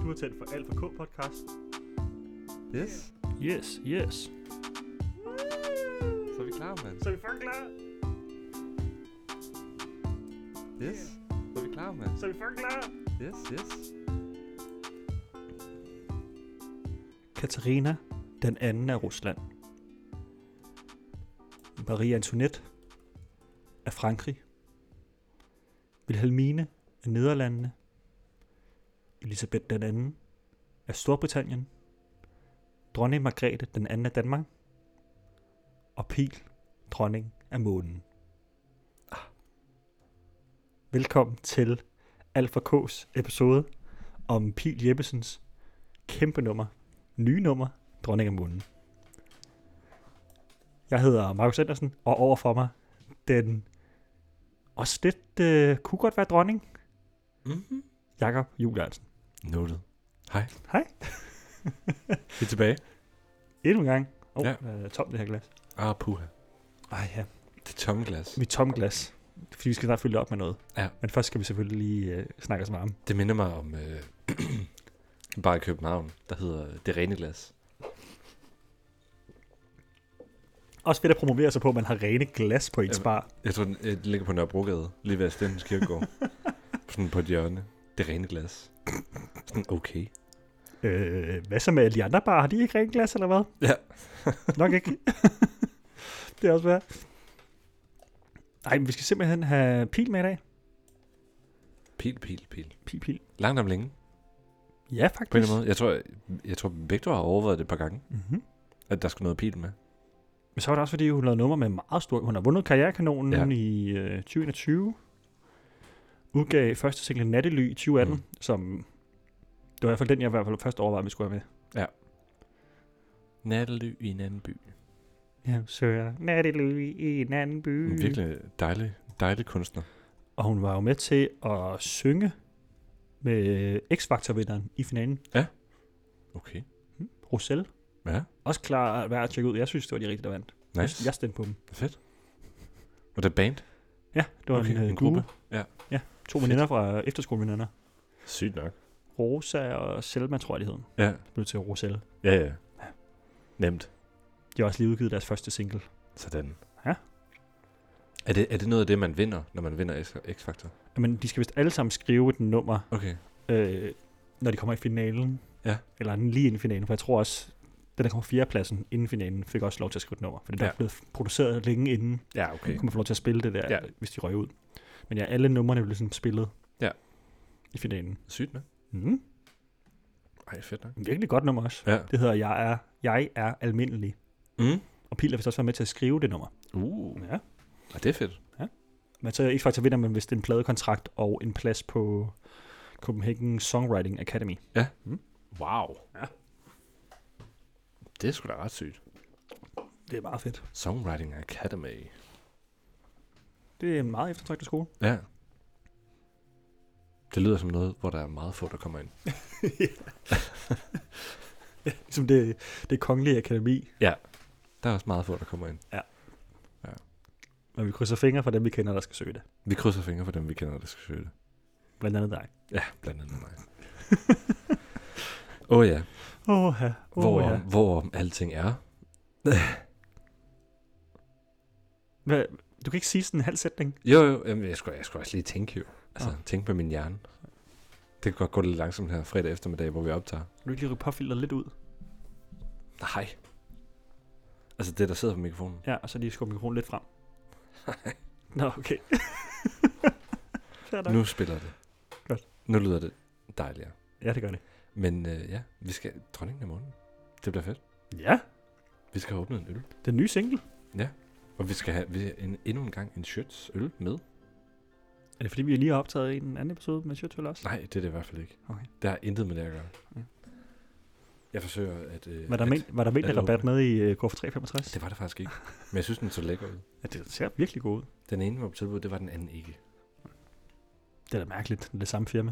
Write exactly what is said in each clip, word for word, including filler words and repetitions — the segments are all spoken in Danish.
Kulturtæt for Alfa K podcast. Yes. Yes, yes. Så er vi klar, mand. Så er vi fucking klar. Yes. Så er vi klar, mand. Så er vi fucking klar. Yes, yes. Katarina den anden af Rusland. Marie Antoinette af Frankrig. Wilhelmine af Nederlandene. Elisabeth den anden af Storbritannien. Dronning Margrethe den anden af Danmark. Og Pil, dronning af månen. Ah. Velkommen til Alfa K's episode om Pil Jeppesens kæmpe nummer, nye nummer, dronning af månen. Jeg hedder Markus Andersen, og overfor mig den også lidt øh, kunne godt være dronning, Mm-hmm. Jakob Juliansen. Noted. Hej. Hej. Vi er tilbage. Endnu en gang. Åh, oh, Ja. ja. tom det her glas. Ah, puha. Ej ja, Det er tomme glas. vi er tom glas, fordi vi skal snart fylde det op med noget. Ja. Men først skal vi selvfølgelig lige øh, snakke os varme. Det minder mig om øh, bare i København, der hedder Det Rene Glas. Også fedt at promovere sig på, at man har rene glas på ens Ja. bar. Jeg tror, den øh, ligger på Nørrebrogade, lige ved Stendens Kirkegård. Sådan på et hjørne. Det Rene Glas. Sådan okay. Øh, hvad så med alle de andre barer? Har de ikke rent glas, eller hvad? Ja. Nok ikke. Det er også værd. Nej, men vi skal simpelthen have Pil med i dag. Pil, pil, pil. Pil, pil. Langt om længe, Ja, på en faktisk. eller anden måde. Jeg tror, jeg, jeg tror begge to har overvejet det et par gange, Mm-hmm. at der skulle noget pil med. Men så var det også, fordi hun lavede nummer med meget stor... Hun har vundet Karrierekanonen Ja. i øh, tyve enogtyve. Udgav første single Nattely i tyve atten, mm. som... Det var i hvert fald den, jeg i hvert fald først overvejede, at vi skulle have med. Nattely i en anden by. Ja, så er Nattely i en anden by. En virkelig dejlig, dejlig kunstner. Og hun var jo med til at synge med X-Factor-vinderen i finalen. Okay. Roselle. Ja, Også klar værd at tjekke ud. Jeg synes, det var de rigtige, der vandt. nice. Jeg stemte på dem. Fedt. Var det band? Ja, det var Okay, en, uh, en gruppe. gruppe. Ja. Ja, to Fedt. veninder fra efterskoleveninder. Sygt nok. Rosa og Selma, tror jeg, de hed. Ja, Blev til Roselle. ja, ja. Nemt. De har også lige udgivet deres første single. Sådan. Ja. Er det, er det noget af det, man vinder, når man vinder X- X-Factor? Men de skal vist alle sammen skrive et nummer, Okay. øh, når de kommer i finalen. Ja. Eller lige inden finalen, for jeg tror også, den der kommer fjerdepladsen inden finalen, fik også lov til at skrive et nummer. For det der Ja. er blevet produceret længe inden. Ja, okay. Nu kunne man få lov til at spille det der, Ja. hvis de røg ud. Men ja, alle numrene blev sådan spillet Ja. i finalen. Sygt nok. Mm. Ej, fedt nok. Virkelig godt nummer også. Ja. Det hedder Jeg er, jeg er almindelig. Mm. Og Pil har vist også været med til at skrive det nummer. Uh. Ja. Og det er fedt. Men så i X-Factor vinder man vist en pladekontrakt og en plads på Copenhagen Songwriting Academy. Wow. Ja. Det er sgu da ret sygt. Det er meget fedt. Songwriting Academy. Det er en meget eftertragtet skole. Ja. Det lyder som noget, hvor der er meget få, der kommer ind. Ligesom det, det kongelige akademi. Der er også meget få, der kommer ind. Men vi krydser fingre for dem, vi kender, der skal søge det. Vi krydser fingre for dem, vi kender, der skal søge det. Blandt andet dig. Ja, blandt andet mig. Åh oh, ja. Åh, ja. Hvor, Oh, ja. hvor alting er. Hvad, du kan ikke sige sådan en halv sætning. Jo, jo, jamen, jeg skulle, jeg skulle også lige tænke jo. Altså, Nå. tænke med min hjerne. Det kan godt gå lidt langsomt her fredag eftermiddag, hvor vi optager. Vil du ikke lige rykke påfilteret lidt ud? Nej. Altså det, der sidder på mikrofonen. Ja, og så lige skubbe mikrofonen lidt frem. Nå, okay. Fair nok. Nu spiller det. Godt. Nu lyder det dejligere. Ja, det gør det. Men øh, ja, vi skal dronningen af månen. Det bliver fedt. Ja, Vi skal have åbnet en øl. den nye single. Og vi skal have vi, en, endnu en gang en Schøtz øl med. Er det fordi, vi lige har optaget en anden episode med Shirtøl også? Nej, det er det i hvert fald ikke. Okay. Det har intet med det at gøre. Ja. Jeg forsøger at... Øh, Var der, at, men, var der at vinterrabat åbne. med i uh, K F tre femogtres? Det var det faktisk ikke. Men jeg synes, den så lækker ud. Ja, det ser virkelig godt ud. Den ene var på tilbud, det var den anden ikke. Det er da mærkeligt, det er samme firma.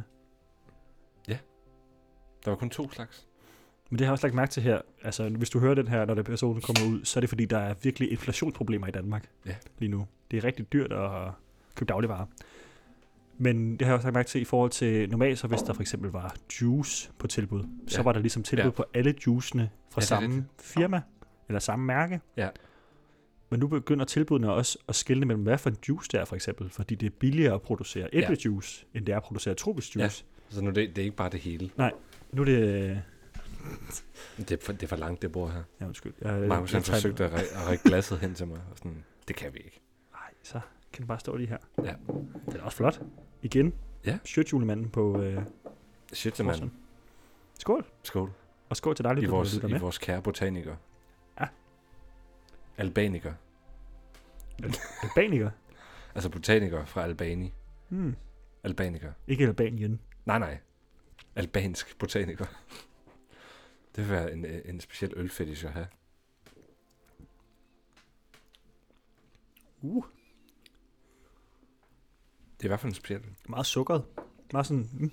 Der var kun to slags. Men det har jeg også lagt mærke til her. Altså, hvis du hører den her, når det episoden kommer ud, så er det fordi, der er virkelig inflationsproblemer i Danmark Ja. lige nu. Det er rigtig dyrt at købe dagligvarer. Men det har jeg også lagt mærke til i forhold til normalt, så hvis der for eksempel var juice på tilbud, så Ja. var der ligesom tilbud Ja. på alle juicene fra Ja, det er samme rigtigt. firma, eller samme mærke. Ja. Men nu begynder tilbudene også at skille mellem, hvad for en juice det er for eksempel, fordi det er billigere at producere æblejuice, end det er at producere tropisk juice. Så nu det, det er ikke bare det hele. Nu er det... Det er for, det er for langt, det bord her. Ja, undskyld. Jeg, Markus han forsøgte at, ræ- at række glasset hen til mig. Og sådan, det kan vi ikke. Nej, så kan den bare stå lige her. Ja. Det er også flot. Igen. Ja. Shirtjulemanden på øh, Shit, mand. forsiden. Skål. Skål. Og skål til dig, I lige vores, lytter I med. vores kære botanikere. Ja. Albanikere. Albaniker. Altså botanikere fra Albani. Hmm. Albanikere. Ikke Albanien. Nej, nej. Albansk botaniker. Det vil være en, en speciel ølfetish at have. Uh. Det er i hvert fald en speciel. Meget sukkeret. Meget sådan... Mm.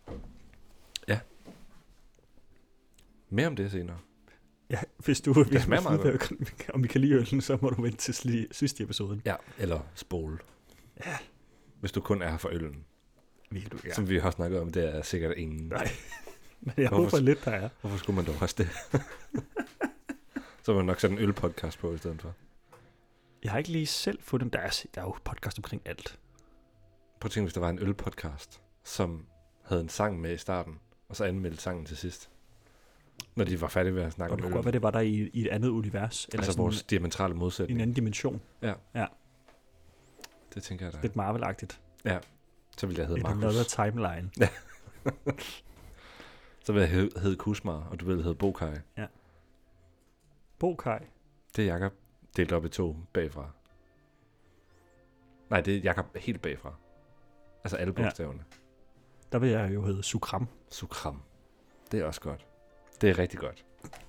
Mere om det senere. Ja, hvis du vil smager meget vide, om vi kan lide øllen, så må du vente til sli- sidste episoden. Ja, eller spole. Ja. Hvis du kun er her for øllen. Vil du, ja. Ja. Som vi har snakket om, det er sikkert ingen. Nej. Men jeg Hvorfor- håber lidt, der er. Hvorfor skulle man dog også det? Så må man nok sætte en ølpodcast på i stedet for. Jeg har ikke lige selv fundet... Der er, der er jo podcast omkring alt. Prøv at tænke, hvis der var en ølpodcast, som havde en sang med i starten, og så anmeldte sangen til sidst. Når de var færdige ved at snakke Og det om kunne øl. godt være, det var der i, i et andet univers. Eller Altså sådan vores diametrale i modsætning. en anden dimension. Det tænker jeg da. Lidt Marvel-agtigt. Så ville jeg hedde Et Markus. another timeline. Så ville jeg hedde, hedde Kusmar, og du ville hedde Bokai. Bokai. Det er Jakob delt op i to bagfra. Nej, det er Jakob helt bagfra. Altså alle Ja. bogstaverne. Der vil jeg jo hedde Sukram. Sukram. Det er også godt. Det er rigtig godt.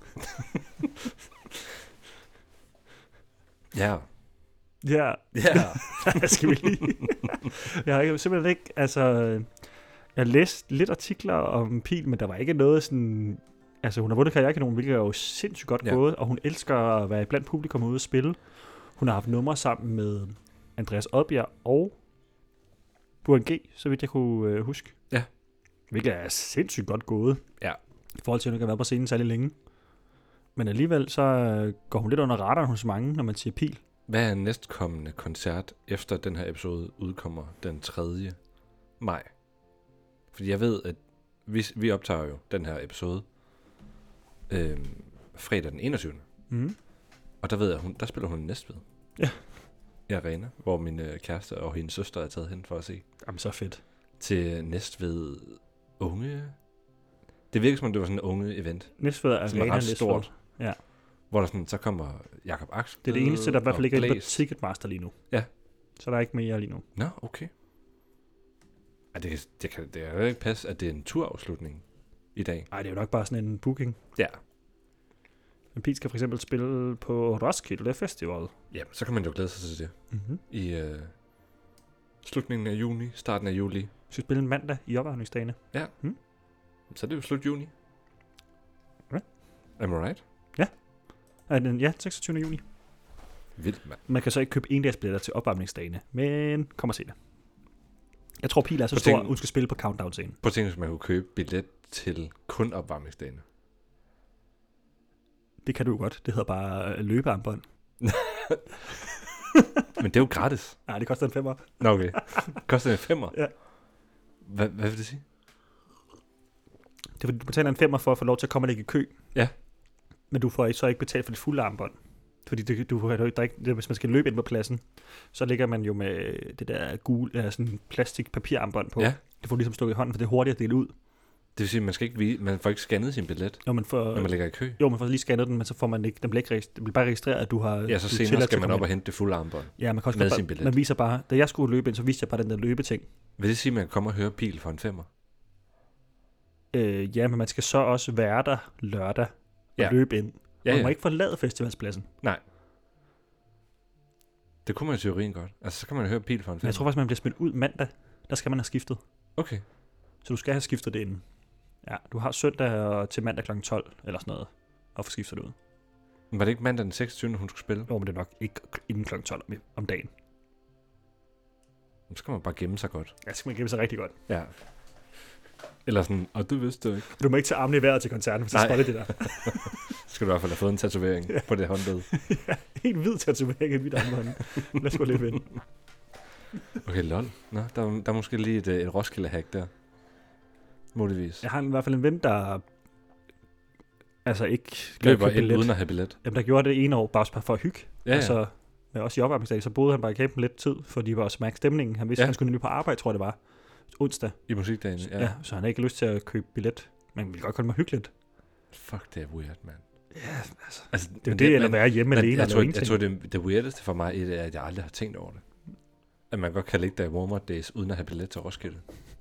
Ja. Ja, Ja. hvad skal vi lige? Jeg har ikke- simpelthen ikke, altså... Jeg har læst lidt artikler om Pil, men der var ikke noget sådan... Altså, hun har vundet karrierekanonen, hvilket er jo sindssygt godt Ja. ja. gået, og hun elsker at være blandt publikum ude og spille. Hun har haft numre sammen med Andreas Odbjerg og Burhan G, så vidt jeg kunne øh, huske. Ja. Hvilket er sindssygt godt gået. Ja. I forhold til, at hun ikke har været på scenen særlig længe. Men alligevel så øh, går hun lidt under radaren hos mange, når man siger Pil. Hvad er næstkommende koncert, efter den her episode udkommer den tredje maj? Fordi jeg ved, at vi, vi optager jo den her episode øhm, fredag den enogtyvende Mm. Og der ved jeg, hun, der spiller hun i Næstved. Ja. I Arena, hvor min øh, kæreste og hendes søster er taget hen for at se. Jamen, så fedt. Til Næstved unge... Det virker som om, det var sådan en unge event, Næstved er som er arena ret Næstved. stort. Ja. Hvor der sådan, så kommer Jakob Axel. Det er det eneste, der i hvert fald og ikke er inde på Blæst. Ticketmaster lige nu. Ja. Så der er ikke mere lige nu. Nå, okay. Ej, det, kan, det, kan, det kan jo ikke passe, at det er en turafslutning i dag. Nej, det er jo nok bare sådan en booking. Ja. Men Pete skal for eksempel spille på Roskilde Festival. Ja, så kan man jo glæde sig til det. Mm-hmm. I øh, slutningen af juni, starten af juli. Vi skal spille en mandag i opvarmningsdagene. Så er det jo slut juni. Hvad? Am I right? Ja, den, ja, seksogtyvende juni. Vildt, mand. Man kan så ikke købe endagsbilletter til opvarmningsdagene, men kom og se det. Jeg tror, Pil er så Prøv stor, tænk- at hun skal spille på countdown-scenen. Prøv at tænke, hvis man kunne købe billet til kun opvarmningsdagene. Det kan du jo godt. Det hedder bare øh, løbearmbånd. Men det er jo gratis. Nej, det koster en femmer. Nå, okay. Koster det en femmer? Ja. Hvad, hvad vil det sige? Det er fordi, du betaler en femmer for at få lov til at komme og ligge i kø. Ja. Men du får ikke, så ikke betalt for det fulde armbånd. Fordi det, du, der er ikke, det, hvis man skal løbe ind på pladsen, så ligger man jo med det der gule, øh, sådan plastik papirarmbånd på. Ja. Det får du ligesom stukket i hånden, for det er hurtigt at dele ud. Det vil sige, at man, skal ikke vide, man får ikke scannet sin billet, Jo, man får, når man ligger i kø. jo, man får lige scannet den, men så får man ikke, den bliver, ikke, det bliver bare registreret, at du har... Ja, så du er senere tilladt skal til at man komme op og ind. hente det fulde armbånd. Ja, man kan også med bare, sin billet. man viser bare, da jeg skulle løbe ind, så viste jeg bare den der løbeting. Vil det sige, at man kan komme og høre Pil for en femmer? Øh, ja, men man skal så også være der lørdag og Ja. løbe ind. Ja, Og man ja. må ikke forlade festivalspladsen. Det kunne man i teorien godt. Altså, så kan man høre Pil for en Men femmer. jeg tror faktisk, man bliver smidt ud mandag. Der skal man have skiftet. Okay. Så du skal have skiftet det inden. Ja, du har søndag og til mandag klokken tolv eller sådan noget. Og få skiftet det ud. Men var det ikke mandag den seksogtyvende hun skulle spille? Jo, men det er nok ikke inden klokken tolv om- om dagen. Så skal man bare gemme sig godt. Ja, så skal man gemme sig rigtig godt. Ja. Eller sådan, og du vidste det ikke. Du må ikke tage armene i vejret til koncerten, for så spotter det der. Skal du i hvert fald have fået en tatovering ja. på det håndled. Ja, helt hvid tatovering i mit armbånd. Lad os gå lidt vind. Okay, lol. Nå, der, der er måske lige et, et Roskilde-hack der. Muligvis. Jeg har i hvert fald en ven, der altså ikke løber ind uden at have billet. Jamen, der gjorde det ene år bare for at hygge. Ja, ja. Altså, også i opvarmningsdag, så boede han bare i campen lidt tid, fordi de var også mærke stemningen. Han vidste, ja. han skulle lige på arbejde, tror jeg det var. Onsdag. I musikdagen, ja. Ja, så han havde ikke lyst til at købe billet. Men ville godt komme mig hyggeligt. Fuck, det er weird, man. Ja, altså. altså det er det, det eller være hjemme alene. Jeg tror, jeg, jeg tror det, det weirdeste for mig er, at jeg aldrig har tænkt over det. At man godt kan ligge der i Walmart Days, uden at have billet til Roskilde.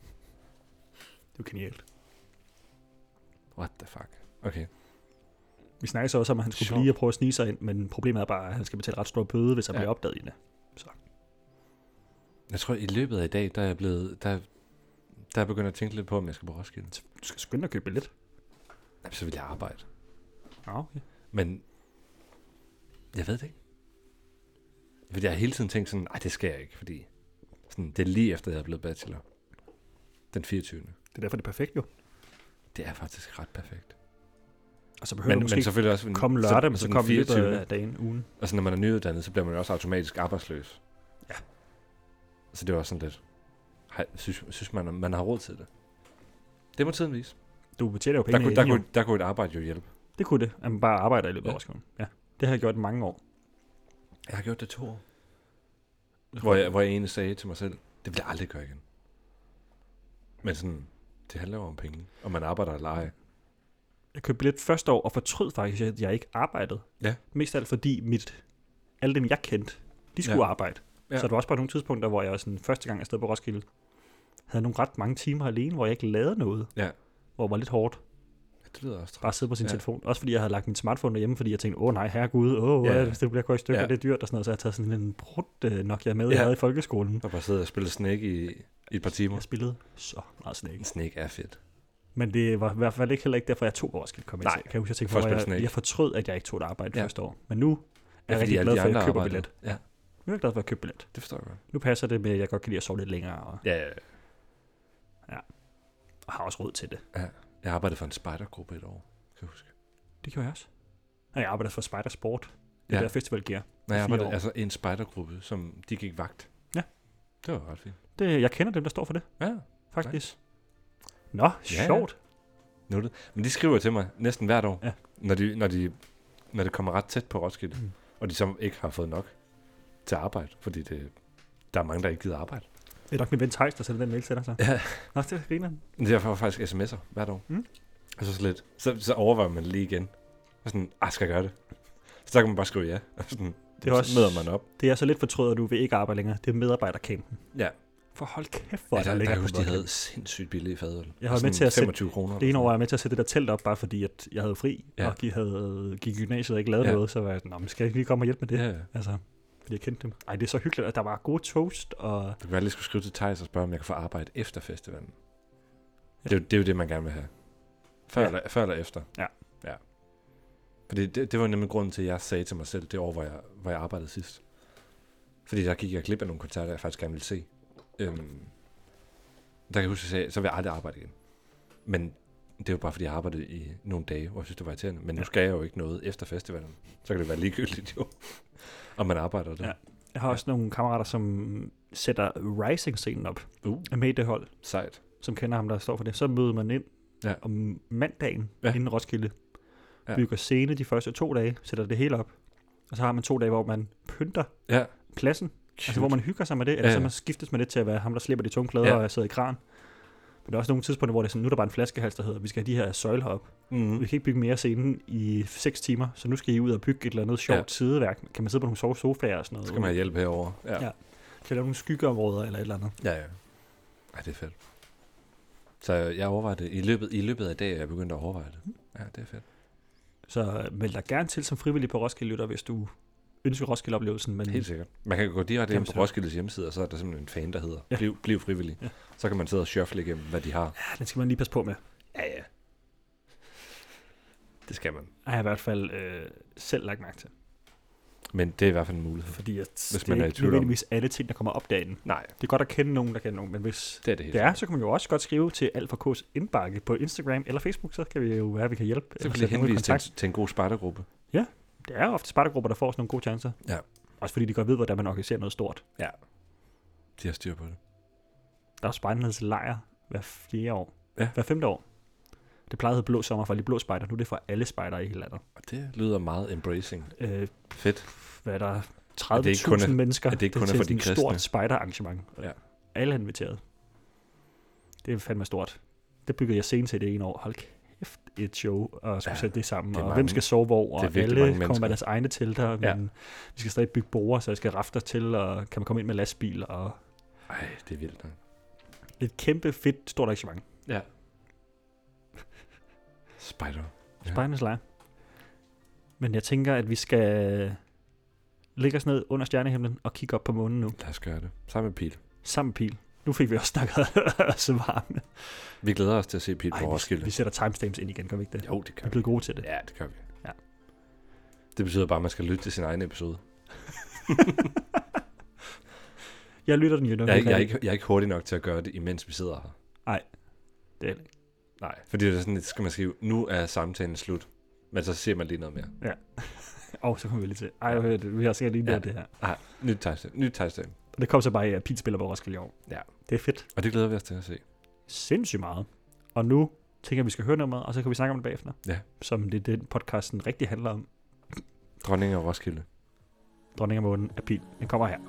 Det er genialt. What the fuck? Okay. Vi snakker så også om, at han skulle Sjov. blive og prøve at snige sig ind, men problemet er bare, at han skal betale ret stor bøde, hvis han ja. bliver opdaget i det. Så. Jeg tror, i løbet af i dag, der er jeg blevet, der, der er jeg begyndt at tænke lidt på, om jeg skal på Roskilde. Du skal skynde dig at købe billet. Jamen, så vil jeg arbejde. Ja, okay. Men, jeg ved det ikke. Fordi jeg har hele tiden tænkt sådan, nej, det skal jeg ikke, fordi sådan, det er lige efter, jeg er blevet bachelor. Den fireogtyvende Det er derfor, det er perfekt jo. Det er faktisk ret perfekt. Og så behøver men, du måske men selvfølgelig også komme lørdag, men så kommer vi af dagen, ugen. Altså når man er nyuddannet, så bliver man jo også automatisk arbejdsløs. Ja. Så det er også sådan lidt, jeg synes, synes man, man har råd til det. Det må tiden vise. Du betaler jo penge. Der kunne, der, kunne, der kunne et arbejde jo hjælpe. Det kunne det, at man bare arbejder i løbet af ja. årsskolen. Ja, det har jeg gjort i mange år. Jeg har gjort det to år. Hvor jeg, hvor jeg egentlig sagde til mig selv, det vil jeg aldrig gøre igen. Men sådan, det handler jo om penge, og man arbejder eller ej. Jeg købte billet første år, og fortrød faktisk, at jeg ikke arbejdede. Ja. Mest af alt fordi mit, alle dem, jeg kendte, de skulle ja. arbejde. Ja. Så der var også bare nogle tidspunkter, hvor jeg sådan, første gang afsted på Roskilde, havde nogle ret mange timer alene, hvor jeg ikke lavede noget. Ja. Hvor det var lidt hårdt. Ja, det lyder også træt. Bare sidde på sin ja. telefon. Også fordi jeg havde lagt min smartphone derhjemme, fordi jeg tænkte, åh nej, herregud, åh, ja. hvis det bliver gået i stykker, ja. det er dyrt og sådan noget. Så jeg har taget sådan en brudt uh, Nokia med, ja. jeg havde i folkeskolen. Og bare sidde og spille Snake i, i et par timer. Jeg spillede så meget Snake. Snake er fedt. Men det var i hvert fald ikke heller ikke derfor, jeg tog Roskilde kom ind. Nej, kan jeg huske, jeg tænkte, jeg, jeg, jeg fortrød, at jeg ikke tog et arbejde ja. første år. Men nu er jeg rigtig glad for, at jeg køber billet. Ja. Nu er jeg glad for, at jeg køber billet. Det forstår jeg godt. Nu passer det med, at jeg godt kan lide at sove lidt længere. Og, ja, ja, ja. Og har også råd til det. Ja. Jeg arbejdede for en spejdergruppe et år, kan jeg huske. Det gjorde jeg også. Og jeg arbejdede for Spider Sport. Det ja. der festivalgear. Nej, jeg arbejdede altså en spejdergruppe, som de gik vagt. Ja. Det var ret fint. Det, jeg kender dem, der står for det. Ja. Faktisk. Nå, sjovt. Ja, ja. Men de skriver til mig næsten hvert år, ja. når, de, når, de, når det kommer ret tæt på Roskilde, mm. og de så ikke har fået nok til arbejde, fordi det, der er mange, der ikke gider arbejde. Det er nok min ven Theis, der sender den mail til dig så. Ja. Nå, det er griner. Det er faktisk sms'er hvert år. Mm. Og så, så, lidt, så, så overvejer man lige igen. Og sådan, ah, skal jeg gøre det? Så kan man bare skrive ja. Og sådan, det er også, møder man op. Det er så lidt fortrød, at du vil ikke arbejde længere. Det er medarbejdercampen. Ja. For hold kæft, hvor ja, der, der ligger jeg husker, de havde sindssygt billige fadøl. Jeg var med til at femogtyve kroner. Det ene år var jeg med til at sætte det der telt op, bare fordi at jeg havde fri, ja. og de havde, gik i gymnasiet og ikke lavet ja. noget, så var jeg sådan, men skal jeg lige komme og hjælpe med det? Ja, ja. Altså, fordi jeg kendte dem. Ej, det er så hyggeligt, at der var god toast. Og du kan være lige skulle skrive til Theis og spørge, om jeg kan få arbejde efter festivalen. Ja. Det, er jo, det er jo det, man gerne vil have. Før, ja. eller, før eller efter. Ja. ja. Fordi det, det var nemlig grunden til, at jeg sagde til mig selv, det år, hvor jeg, hvor jeg arbejdede sidst. Fordi der gik jeg glip af nogle koncerter, jeg faktisk gerne ville se. Øhm, der kan jeg huske, at jeg sagde, så vil jeg aldrig arbejde igen. Men det er jo bare, fordi jeg arbejdede i nogle dage, hvor jeg synes, det var irriterende. Men nu skal jeg jo ikke noget efter festivalen. Så kan det være ligegyldigt jo, om man arbejder der. Ja. Jeg har også ja. nogle kammerater, som sætter Rising-scenen op. Uh. Er med i det hold. Sejt. Som kender ham, der står for det. Så møder man ind ja. om mandagen ja. inden Roskilde. Ja. Bygger scene de første to dage, sætter det hele op. Og så har man to dage, hvor man pynter ja. pladsen. Cute. Altså hvor man hygger sig med det, eller ja, ja. så man skiftes med det til at være ham, der slipper de tunge klæder ja. og sidder i kran. Men der er også nogle tidspunkter, hvor det er sådan, nu er der bare en flaskehals, der hedder, vi skal have de her søjler op. Mm. Vi kan ikke bygge mere scenen i seks timer, så nu skal I ud og bygge et eller andet sjovt ja. sideværk. Kan man sidde på nogle sove sofaer og sådan noget? Så skal man have hjælp herovre. Ja. ja. Kan lave nogle skyggeområder eller et eller andet. Ja, ja. Ej, det er fedt. Så jeg overvejer det. I løbet, i løbet af dagen er jeg begyndt at overveje det. Ja, det er fedt. Så meld dig gerne til som frivillig på Roskilde Lytter, hvis du ønsker Roskilde-oplevelsen. Men helt sikkert. Man kan gå direkte ind på Roskildes hjemmeside, og så er der simpelthen en fan, der hedder ja. bliv, bliv frivillig. Ja. Så kan man sidde og shuffle igennem, hvad de har. Ja, den skal man lige passe på med. Ja, ja. Det skal man. Jeg har i hvert fald øh, selv lagt mærke til. Men det er i hvert fald en mulighed. Fordi at Hvis det man er er i ikke tvivl om- nødvendigvis alle ting, der kommer op dagen. Nej, Det er godt at kende nogen, der kender nogen, men hvis det er det helt det er, så kan man jo også godt skrive til Alt for K's indbakke på Instagram eller Facebook, så kan vi jo være, at vi kan hjælpe. Så eller kan vi sætte nogen i henvise til, en- kontakt. til en god spejdergruppe. Det er jo ofte spejdergrupper, der får sådan nogle gode chancer. Ja. Også fordi de godt ved, hvordan man organiserer noget stort. De har styr på det. Der er jo spejdernes lejr hver fjerde år. Ja. Hver femte år. Det plejede at hedde Blå Sommer for de blå spejder. Nu er det for alle spejdere i hele landet. Og det lyder meget embracing. Øh, Fedt. hvad er der? Er det tredive ikke kun- tusind mennesker. er det ikke kun til for de sådan et kristne? stort spejderarrangement. Ja. Alle er inviteret. Det er fandme stort. Det byggede jeg senest til det ene år. Hold kæft, et show, og skulle Ja, sætte det sammen. det er Og mange- hvem skal sove hvor, det er og virkelig alle mange kommer mennesker. med deres egne telter, men Ja. vi skal stadig bygge borer, så jeg skal rafter til, og kan man komme ind med lastbil, og Ej, det er vildt nok. et kæmpe fedt, stort arrangement. Ja. Spejder. Ja. Spejdernes lejr. Men jeg tænker, at vi skal lægge os ned under stjernehimlen og kigge op på månen nu. Lad os gøre det. Sammen med Pil. Sammen med Pil. Nu fik vi også snakket så varme. Vi glæder os til at se Pil på Ej, vi, Roskilde. vi sætter timestamps ind igen, kan vi ikke det? Jo, det Vi kan er vi. blevet gode til det. Ja, det kan vi. Ja. Det betyder bare, at man skal lytte til sin egen episode. Jeg lytter den jo nu. Jeg er, ikke, jeg, er ikke, jeg er ikke hurtig nok til at gøre det, imens vi sidder her. Det er, Nej, fordi det er sådan, skal man skrive, nu er samtalen slut. Men så ser man lige noget mere. Åh, så kommer vi lige til. Ej, ja. Vi har sikkert lige Ja. ja. det her. Nej, nyt timestamp. Nyt timestamp. Og det kom så bare i, at Pete spiller på Roskilde i år. Ja. Det er fedt. Og det glæder vi os til at se. Sindssygt meget. Og nu tænker jeg, at vi skal høre nummeret, og så kan vi snakke om det bagefter. Ja. Som det den podcasten rigtig handler om. Dronning af Roskilde. Dronning af månen af Pil. Den kommer her.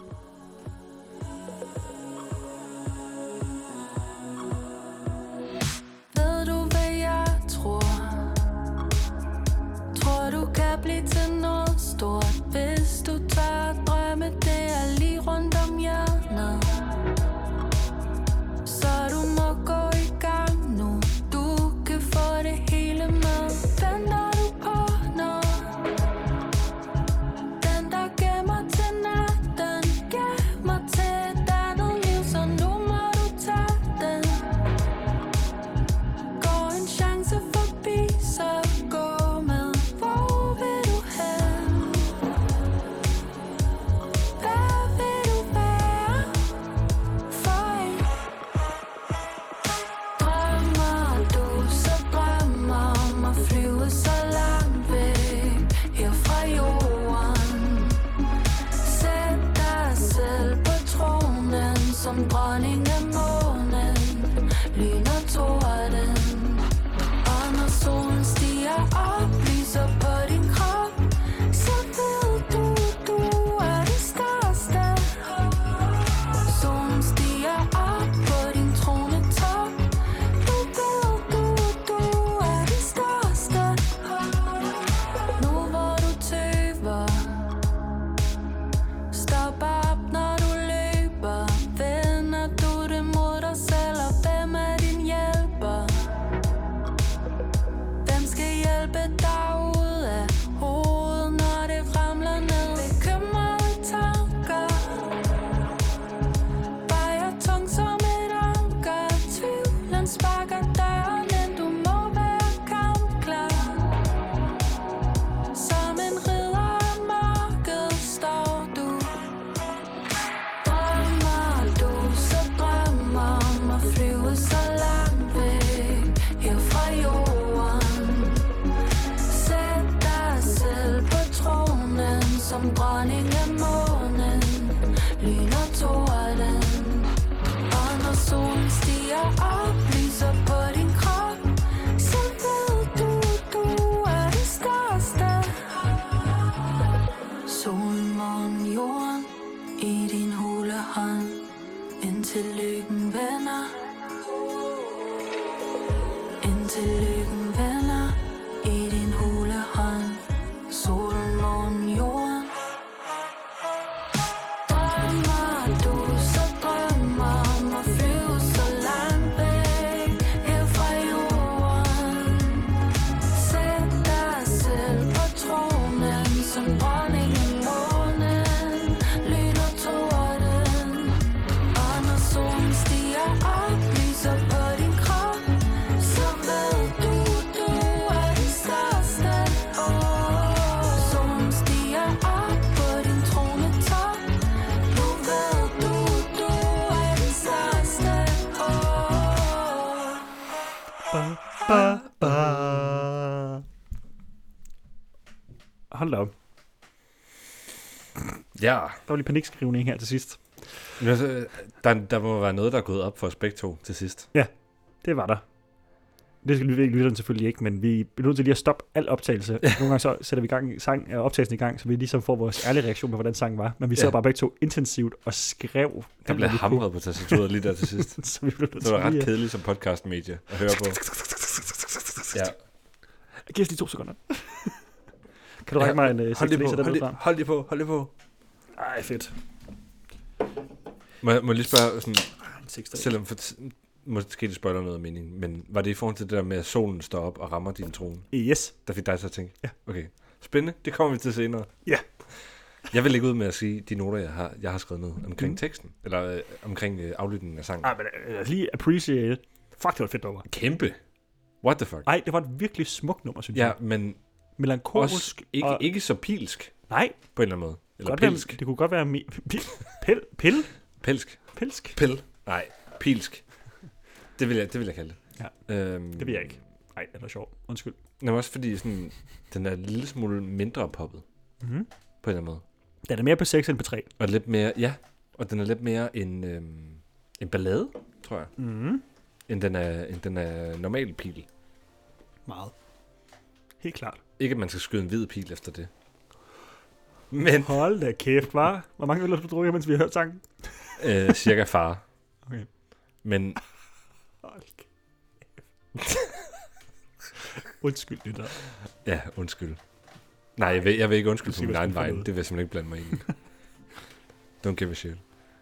Ved du hvad jeg tror? Tror du kan blive til noget stort, hvis du tør at drømme, det er lige rundt om hjørnet. Så du må gå i gang nu, du kan få det hele med. Venter du på noget? Den der gemmer til natten, gemmer til et andet liv, så nu må du tage den. Går en chance forbi, så gå med. Hvor vil du hen? Hvad vil du være for en? Drømmer du, så drømmer om at flyve så langt væk her fra jorden. Sæt dig selv på tronen som dronning af månen. Lyn og torden. Og når solen stiger op, lyser på din krop, så ved du, du er det største. Solen stiger op på din tronetop, nu ved du, du er det største. Nu hvor du tøver, stop op når du løber. Vender du det mod dig selv, og hvem er din hjælper? Hvem skal hjælpe dig ud af hovedet, når det ramler ned? Bekymrede tanker vejer tung som et anker. Tvivlen sparker døren ind, du må være kampklar. Som en ridder af mørket står du. Drømmer du, så drømmer om at flyve så langt væk her fra jorden. Sæt dig selv på tronen som dronning af månen. Lyn og torden. Og når solen stiger op, lyser på din krop, så ved du, du er det største. Solen, månen, jorden i din hule hånd, indtil lykken vender. Indtil lykken vender i din hule hånd. Solen, månen, jorden. Drømmer du, så drømmer om at flyve så langt væk her fra jorden. Sæt dig selv på tronen som dronning af månen. Lyn og torden. Og når solen stiger op, lyser på din krop, så ved du, du er det største. ba, ba. Hold da op. Ja. Der var lige panikskrivning her til sidst. Der, der må være noget, der er gået op for os begge to til sidst. Det var der. Det skal lytteren selvfølgelig ikke, men vi er nødt til lige at stoppe al optagelse. Nogle gange så sætter vi gang, sang, optagelsen i gang, så vi ligesom får vores ærlige reaktion på, hvordan sangen var. Men vi sad Ja. bare begge to intensivt og skrev. Der alt, blev hvad vi hamret på tastaturet lige der til sidst. kunne. Så vi blev nødt Det var til ret lige at- kedeligt som podcastmedie at høre på. Ja. Giv os lige to sekunder. Kan du række mig en uh, Hold lige på, sætte den hold ud lige, fra? hold lige på, hold lige på. Ej, fedt. Må jeg, må jeg lige spørge, sådan, En seks, selvom for, måske det spoiler noget af meningen, men var det i forhold til det der med, at solen står op og rammer din trone, Yes. der fik dig til at tænke? Ja. Okay, spændende, det kommer vi til senere. Ja. Jeg vil lægge ud med at sige de noter, jeg har, jeg har skrevet ned omkring Mm. teksten, eller øh, omkring øh, aflytningen af sangen. Ej, men uh, lige appreciate it. Fuck, det var et fedt nummer. Kæmpe. What the fuck? Ej, det var et virkelig smukt nummer, synes Ja, jeg. men Melankolsk. også ikke, og... ikke så pilsk, Nej, på en eller anden måde. Eller godt være, pilsk. det kunne godt være... Mi- pil, pil, pil? Pelsk. Pilsk? Pil. Nej, pilsk. Det vil jeg, det vil jeg kalde det. Ja. Øhm, Det vil jeg ikke. Nej, det var sjovt. Undskyld. Men også fordi sådan, den er en lille smule mindre poppet, Mm-hmm. på en eller anden måde. Den er mere på seks end på tre. Og lidt mere, ja, og den er lidt mere en, øhm, en ballade, tror jeg, Mm-hmm. end den er, end den er normal pil. Meget. Helt klart. Ikke, at man skal skyde en hvid pil efter det. Men Hold da kæft, var. Hvor mange øl har du drukket, mens vi har hørt sangen? øh, cirka far. Okay. Men Hold kæft. Undskyld, det der. ja, undskyld. Nej, jeg vil, jeg vil ikke undskylde Du på siger, min hvad egen du får vej. noget. Det vil jeg simpelthen ikke blande mig i. Don't give a shit.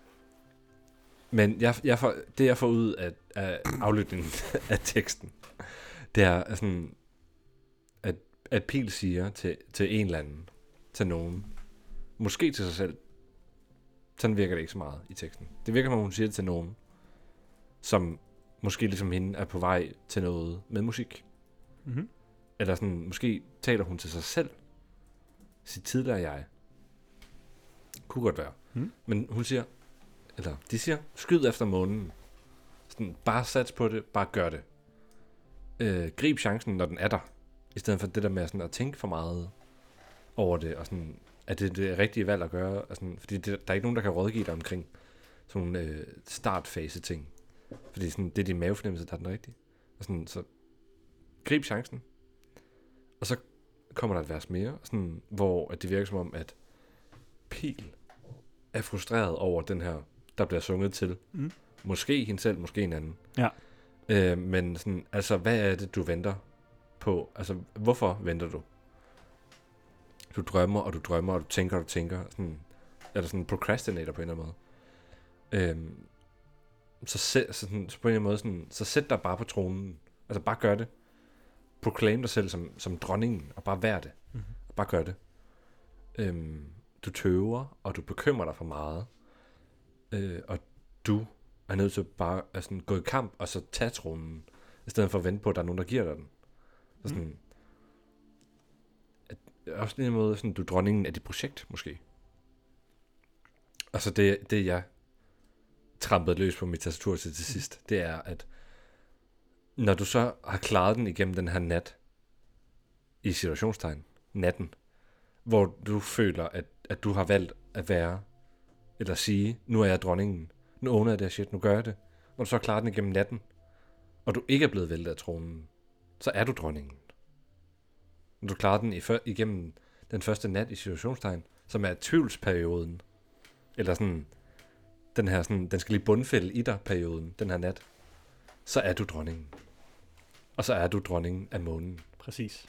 Men jeg, jeg får, det, jeg får ud af, af aflytningen af teksten, det er sådan, at, at Pil siger til, til en eller anden, til nogen, måske til sig selv, sådan virker det ikke så meget i teksten. Det virker, som om hun siger det til nogen, som måske ligesom hende er på vej til noget med musik. Mm-hmm. Eller sådan, måske taler hun til sig selv, sit tidligere jeg. Kunne godt være. Mm. Men hun siger, eller de siger, skyd efter månen. Sådan, bare sats på det, bare gør det. Øh, grib chancen, når den er der. I stedet for det der med sådan, at tænke for meget over det, og sådan, at det er det rigtige valg at gøre. Og sådan, fordi det, der er ikke nogen, der kan rådgive dig omkring sådan nogle øh, startfase ting. Fordi sådan, det er din mavefornemmelse, der er den rigtige. Og sådan, så grib chancen. Og så kommer der et vers mere, sådan, hvor at det virker som om, at Pil er frustreret over den her, der bliver sunget til. Mm. Måske hende selv, måske en anden. Ja. Øh, men sådan, altså, hvad er det, du venter på? Altså, hvorfor venter du? Du drømmer, og du drømmer, og du tænker, og du tænker. Sådan, eller sådan procrastinator på en eller anden måde. Øhm, så, sæt, så, sådan, så på en eller anden måde, sådan, så sæt dig bare på tronen. Altså, bare gør det. Proclaim dig selv som, som dronningen, og bare vær det. Mm-hmm. Bare gør det. Øhm, du tøver, og du bekymrer dig for meget. Øh, og du er nødt til bare at sådan, gå i kamp, og så tage tronen, i stedet for at vente på, at der er nogen, der giver dig den. Så sådan, mm. at, også en måde, sådan, du er dronningen af dit projekt, måske. Og så det, det jeg trampede løs på mit tastatur til til sidst, det er, at når du så har klaret den igennem den her nat, i situationstegn, natten, hvor du føler, at, at du har valgt at være, eller sige, nu er jeg dronningen, nu owner jeg det her shit, nu gør jeg det. Når du så klarer den igennem natten, og du ikke er blevet væltet af tronen, så er du dronningen. Når du klarer den i før, igennem den første nat i situationstegn, som er tvivlsperioden, eller sådan, den her sådan, den skal lige bundfælde i dig perioden, den her nat, så er du dronningen. Og så er du dronningen af månen. Præcis.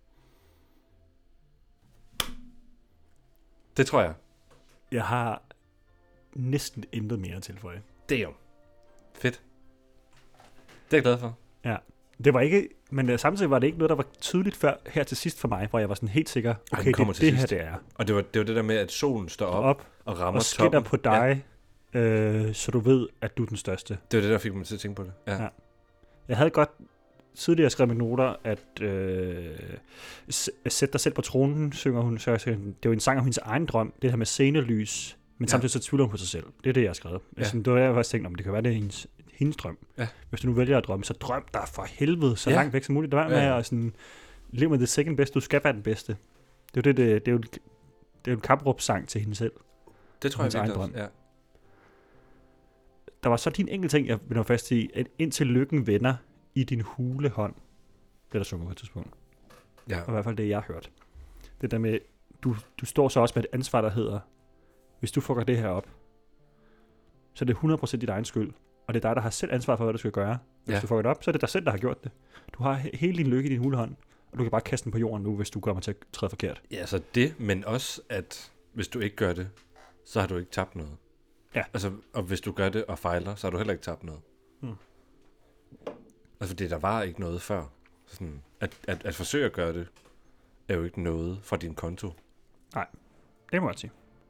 Det tror jeg. Jeg har næsten intet mere at tilføje. Det er jo fedt. Det er jeg glad for. Det var ikke, men uh, samtidig var det ikke noget, der var tydeligt før her til sidst for mig, hvor jeg var sådan helt sikker, Ej, okay, den det kommer er til det her, sidst. det er. Og det var det, var det der med, at solen står op, Op og rammer og skinner toppen. på dig, ja. øh, så du ved, at du er den største. Det var det, der fik mig til at tænke på det. Ja. Ja. Jeg havde godt tidligere skrevet mine noter, at øh, s- sæt dig selv på tronen, synger hun. Så jeg siger, det er jo en sang om hendes egen drøm, det her med scenelys, men Ja. samtidig så tvivler hun på sig selv. Det er det, jeg har skrevet. Ja. Ja. Altså, det var jeg faktisk tænkt om, det kan være, det er hendes, hendes drøm. Ja. Hvis du nu vælger at drømme, så drøm dig for helvede så Ja. langt væk som muligt. Der er med Ja. at sådan, leve med the second best. Du skal være den bedste. Det er jo, det, det, det er jo, det er jo en kampråbssang til hende selv. Det tror jeg Hans egen virkelig også. Ja. Der var så din enkelt ting, jeg vil nå fast i, at indtil lykken vender i din hule hånd. Det er der sunget på et tidspunkt. Ja. Og i hvert fald det, jeg har hørt. Det der med, du, du står så også med et ansvar, der hedder, hvis du fucker det her op, så er det hundrede procent dit egen skyld. Og det er dig, der har selv ansvar for, hvad du skal gøre. Hvis Ja. du fucker det op, så er det dig selv, der har gjort det. Du har he- hele din lykke i din hulehånd, og du kan bare kaste den på jorden nu, hvis du kommer til at træde forkert. Ja, så det, men også, at hvis du ikke gør det, så har du ikke tabt noget. Ja. Altså, og hvis du gør det og fejler, så har du heller ikke tabt noget. Hmm. Altså, det der var ikke noget før. Sådan, at, at, at forsøge at gøre det, er jo ikke noget fra din konto. Det må jeg sige.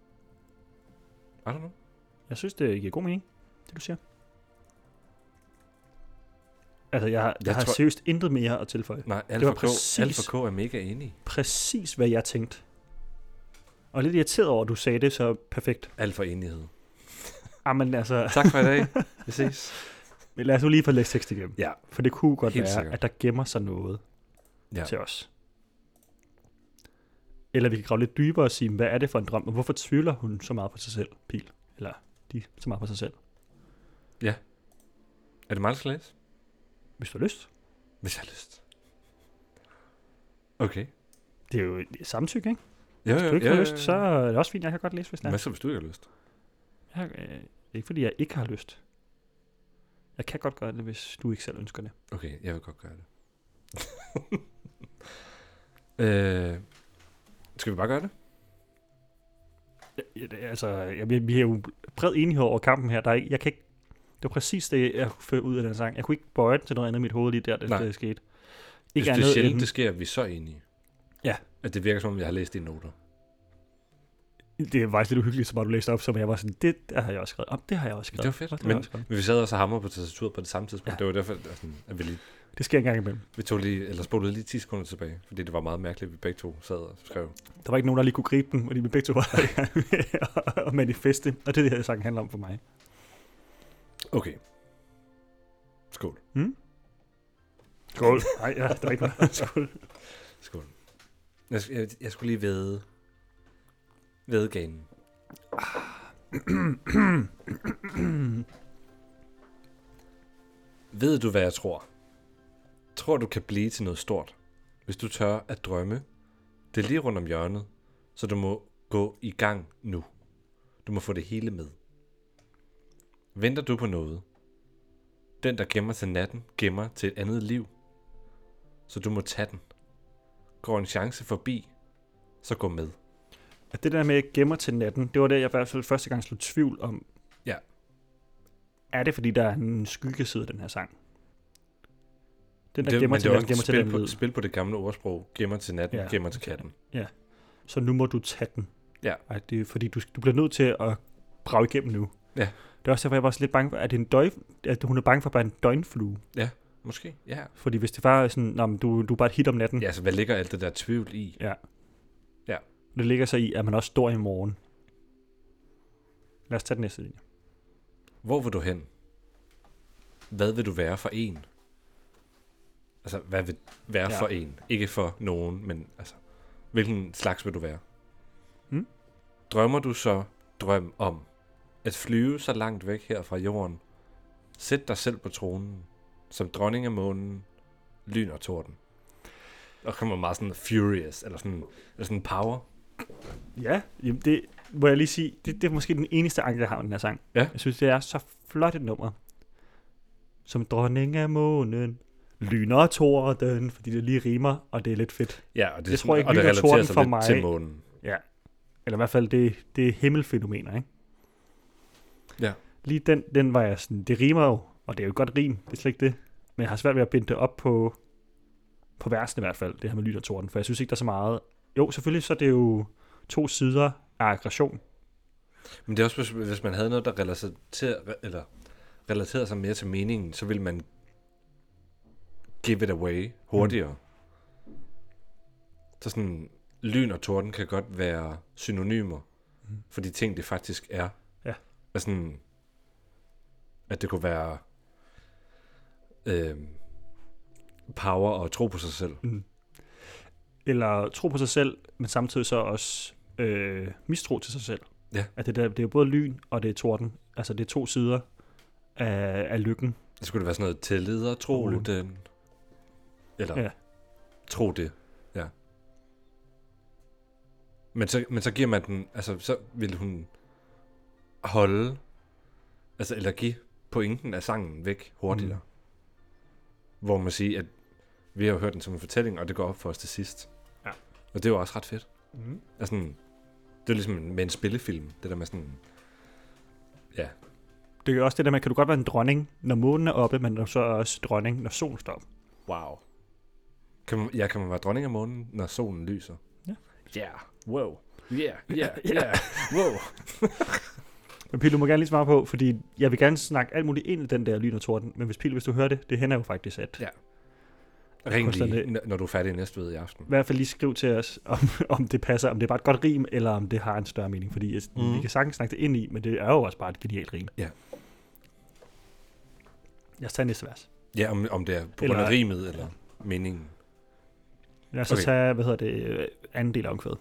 I don't know. Jeg synes, det giver god mening, det du siger. Altså, jeg, jeg, Jeg jeg har tror- seriøst intet mere at tilføje. Nej, var Alfa K, præcis- Alfa K er mega enig. Præcis, hvad jeg tænkte. Og lidt irriteret over, at du sagde det så perfekt. Alt for enighed. Jamen altså, Tak for i dag. Vi ses. men lad os nu lige få læst tekst igennem. Ja. For det kunne godt Helt være, sikkert. at der gemmer sig noget Ja. til os. Eller vi kan grave lidt dybere og sige, hvad er det for en drøm, og hvorfor tvivler hun så meget på sig selv, Pil? Eller de så meget på sig selv? Er det mig, der skal læse? Hvis du har lyst. Hvis jeg har lyst. Okay. Det er jo et samtykke, ikke? Jo, Hvis du ikke har lyst, så er det også fint, jeg kan godt læse, hvis det er. Hvad så, hvis du ikke har lyst? Jeg, øh, det er ikke, fordi jeg ikke har lyst. Jeg kan godt gøre det, hvis du ikke selv ønsker det. Okay, jeg vil godt gøre det. øh, skal vi bare gøre det? Ja, det, altså, jeg, vi, vi har jo bred enighed over kampen her. Der er ikke, jeg kan ikke, det var præcis det, jeg kunne føre ud af den sang. Jeg kunne ikke bøje den til noget andet i mit hoved lige der, det, det skete. Ikke Ikke det er sjældent, end, det sker, at vi er så enige. Ja. At det virker som om, jeg har læst dine noter. det er faktisk lidt uhyggeligt, så bare du læste op, som jeg var sådan, det der har jeg også skrevet. Om det har jeg også skrevet. Det var fedt. Det, har Men, jeg også skrevet. men vi sad også og hamrede på tastaturet på det samme tidspunkt. Ja. Det var derfor, at, sådan, at vi lige... Det sker en gang imellem. Vi tog lige, eller spolede lige ti sekunder tilbage, fordi det var meget mærkeligt, at vi begge to sad og skrev. Der var ikke nogen, der lige kunne gribe den, fordi vi begge to var i gang med at manifeste. Og det er det, her sang handler om for mig. Okay. Skål. Hmm? Skål. Nej, ja, der er ikke noget. Skål. Skål. Jeg, jeg, jeg skulle lige væde. Væde ganen. Ved du, hvad jeg tror? Tror, du kan blive til noget stort, hvis du tør at drømme. Det er lige rundt om hjørnet, så du må gå i gang nu. Du må få det hele med. Venter du på noget? Den, der gemmer til natten, gemmer til et andet liv. Så du må tage den. Går en chance forbi, så gå med. At det der med gemmer til natten, det var det, jeg i hvert fald første gang slog tvivl om. Ja. Er det, fordi der er en skyggeside af den her sang? Den, der Det, gemmer men til det er natten, også gemmer til spil den på, lyd. spil på det gamle ordsprog. Gemmer til natten, Ja, gemmer til okay. katten. Så nu må du tage den. Ja. Ej, det er, fordi du, du bliver nødt til at brage igennem nu. Ja. Det er også derfor, jeg var også lidt bange for, at, det er en døj, at hun er bange for bare en døgnflue. Måske, ja. Fordi hvis det bare er sådan, nå, men du, du er bare et hit om natten, Ja, altså hvad ligger alt det der tvivl i? det ligger så i, at man også står i morgen. Lad os tage den næste linje. Hvor vil du hen? Hvad vil du være for en? Altså, hvad vil være Ja. for en? Ikke for nogen, men altså, hvilken slags vil du være? Hmm? Drømmer du så drøm om at flyve så langt væk her fra jorden? Sæt dig selv på tronen, som dronning af månen, lyn og torden. Og kommer meget sådan furious, eller sådan, eller sådan power. Ja, jamen det må jeg lige sige, det, det er måske den eneste anke, jeg har med den her sang. Ja. Jeg synes, det er så flot et nummer. Som dronning af månen, lyner og torden, fordi det lige rimer, og det er lidt fedt. Ja, og det, Jeg tror ikke, og det lyn og relaterer torden sig for lidt mig- til månen. Eller i hvert fald, det, det er himmelfænomener, ikke? Ja. Lige den, den var jeg sådan, det rimer jo, og det er jo et godt rim, det er slet ikke det. Men jeg har svært ved at binde det op på, på versen i hvert fald, det her med lyn og torden, for jeg synes ikke, der er så meget. Jo, selvfølgelig så er det jo to sider af aggression. Men det er også, hvis, hvis man havde noget, der relaterer, eller relaterede sig mere til meningen, så ville man give it away hurtigere. Mm. Så sådan, lyn og torden kan godt være synonymer Mm. for de ting, det faktisk er. Ja. Altså sådan, at det kunne være øh, power og tro på sig selv. Mm. Eller tro på sig selv, men samtidig så også øh, mistro til sig selv. Ja. At det, der, det er jo både lyn, og det er torden. Altså, det er to sider af, af lykken. Det skulle det være sådan noget tillid og tro Troen. den. Eller Ja. tro det, ja. Men så, men så giver man den, altså så vil hun holde, altså eller give pointen af sangen væk hurtigere. Mm. Hvor man siger, at vi har jo hørt den som en fortælling, og det går op for os til sidst. Ja. Og det er jo også ret fedt. Mm. Altså, det er ligesom med en spillefilm, det der med sådan, ja. Det er jo også det der med, kan du godt være en dronning, når månen er oppe, men du så er også dronning, når solen står op. Wow. Kan man, ja, kan man være dronning af månen, når solen lyser? Ja. Yeah. Wow. Yeah, yeah, yeah. Wow. Men Pil, du må gerne lige svare på, fordi jeg vil gerne snakke alt muligt ind i den der lyn og torden, men hvis Pil, hvis du hører det, det hænder jo faktisk, at Ja. Ring koster lige, det- n- når du er færdig næste ved i aften. i hvert fald lige skriv til os, om, om det passer, om det er bare et godt rim, eller om det har en større mening, fordi mm. Mhm. vi kan sagtens snakke det ind i, men det er jo også bare et genialt rim. Ja. Lad os tage næste vers. Ja, om, om det er på grund af Eller- rimet eller meningen. Lad os så Okay. tage, hvad hedder det, øh, anden del af omkvædet.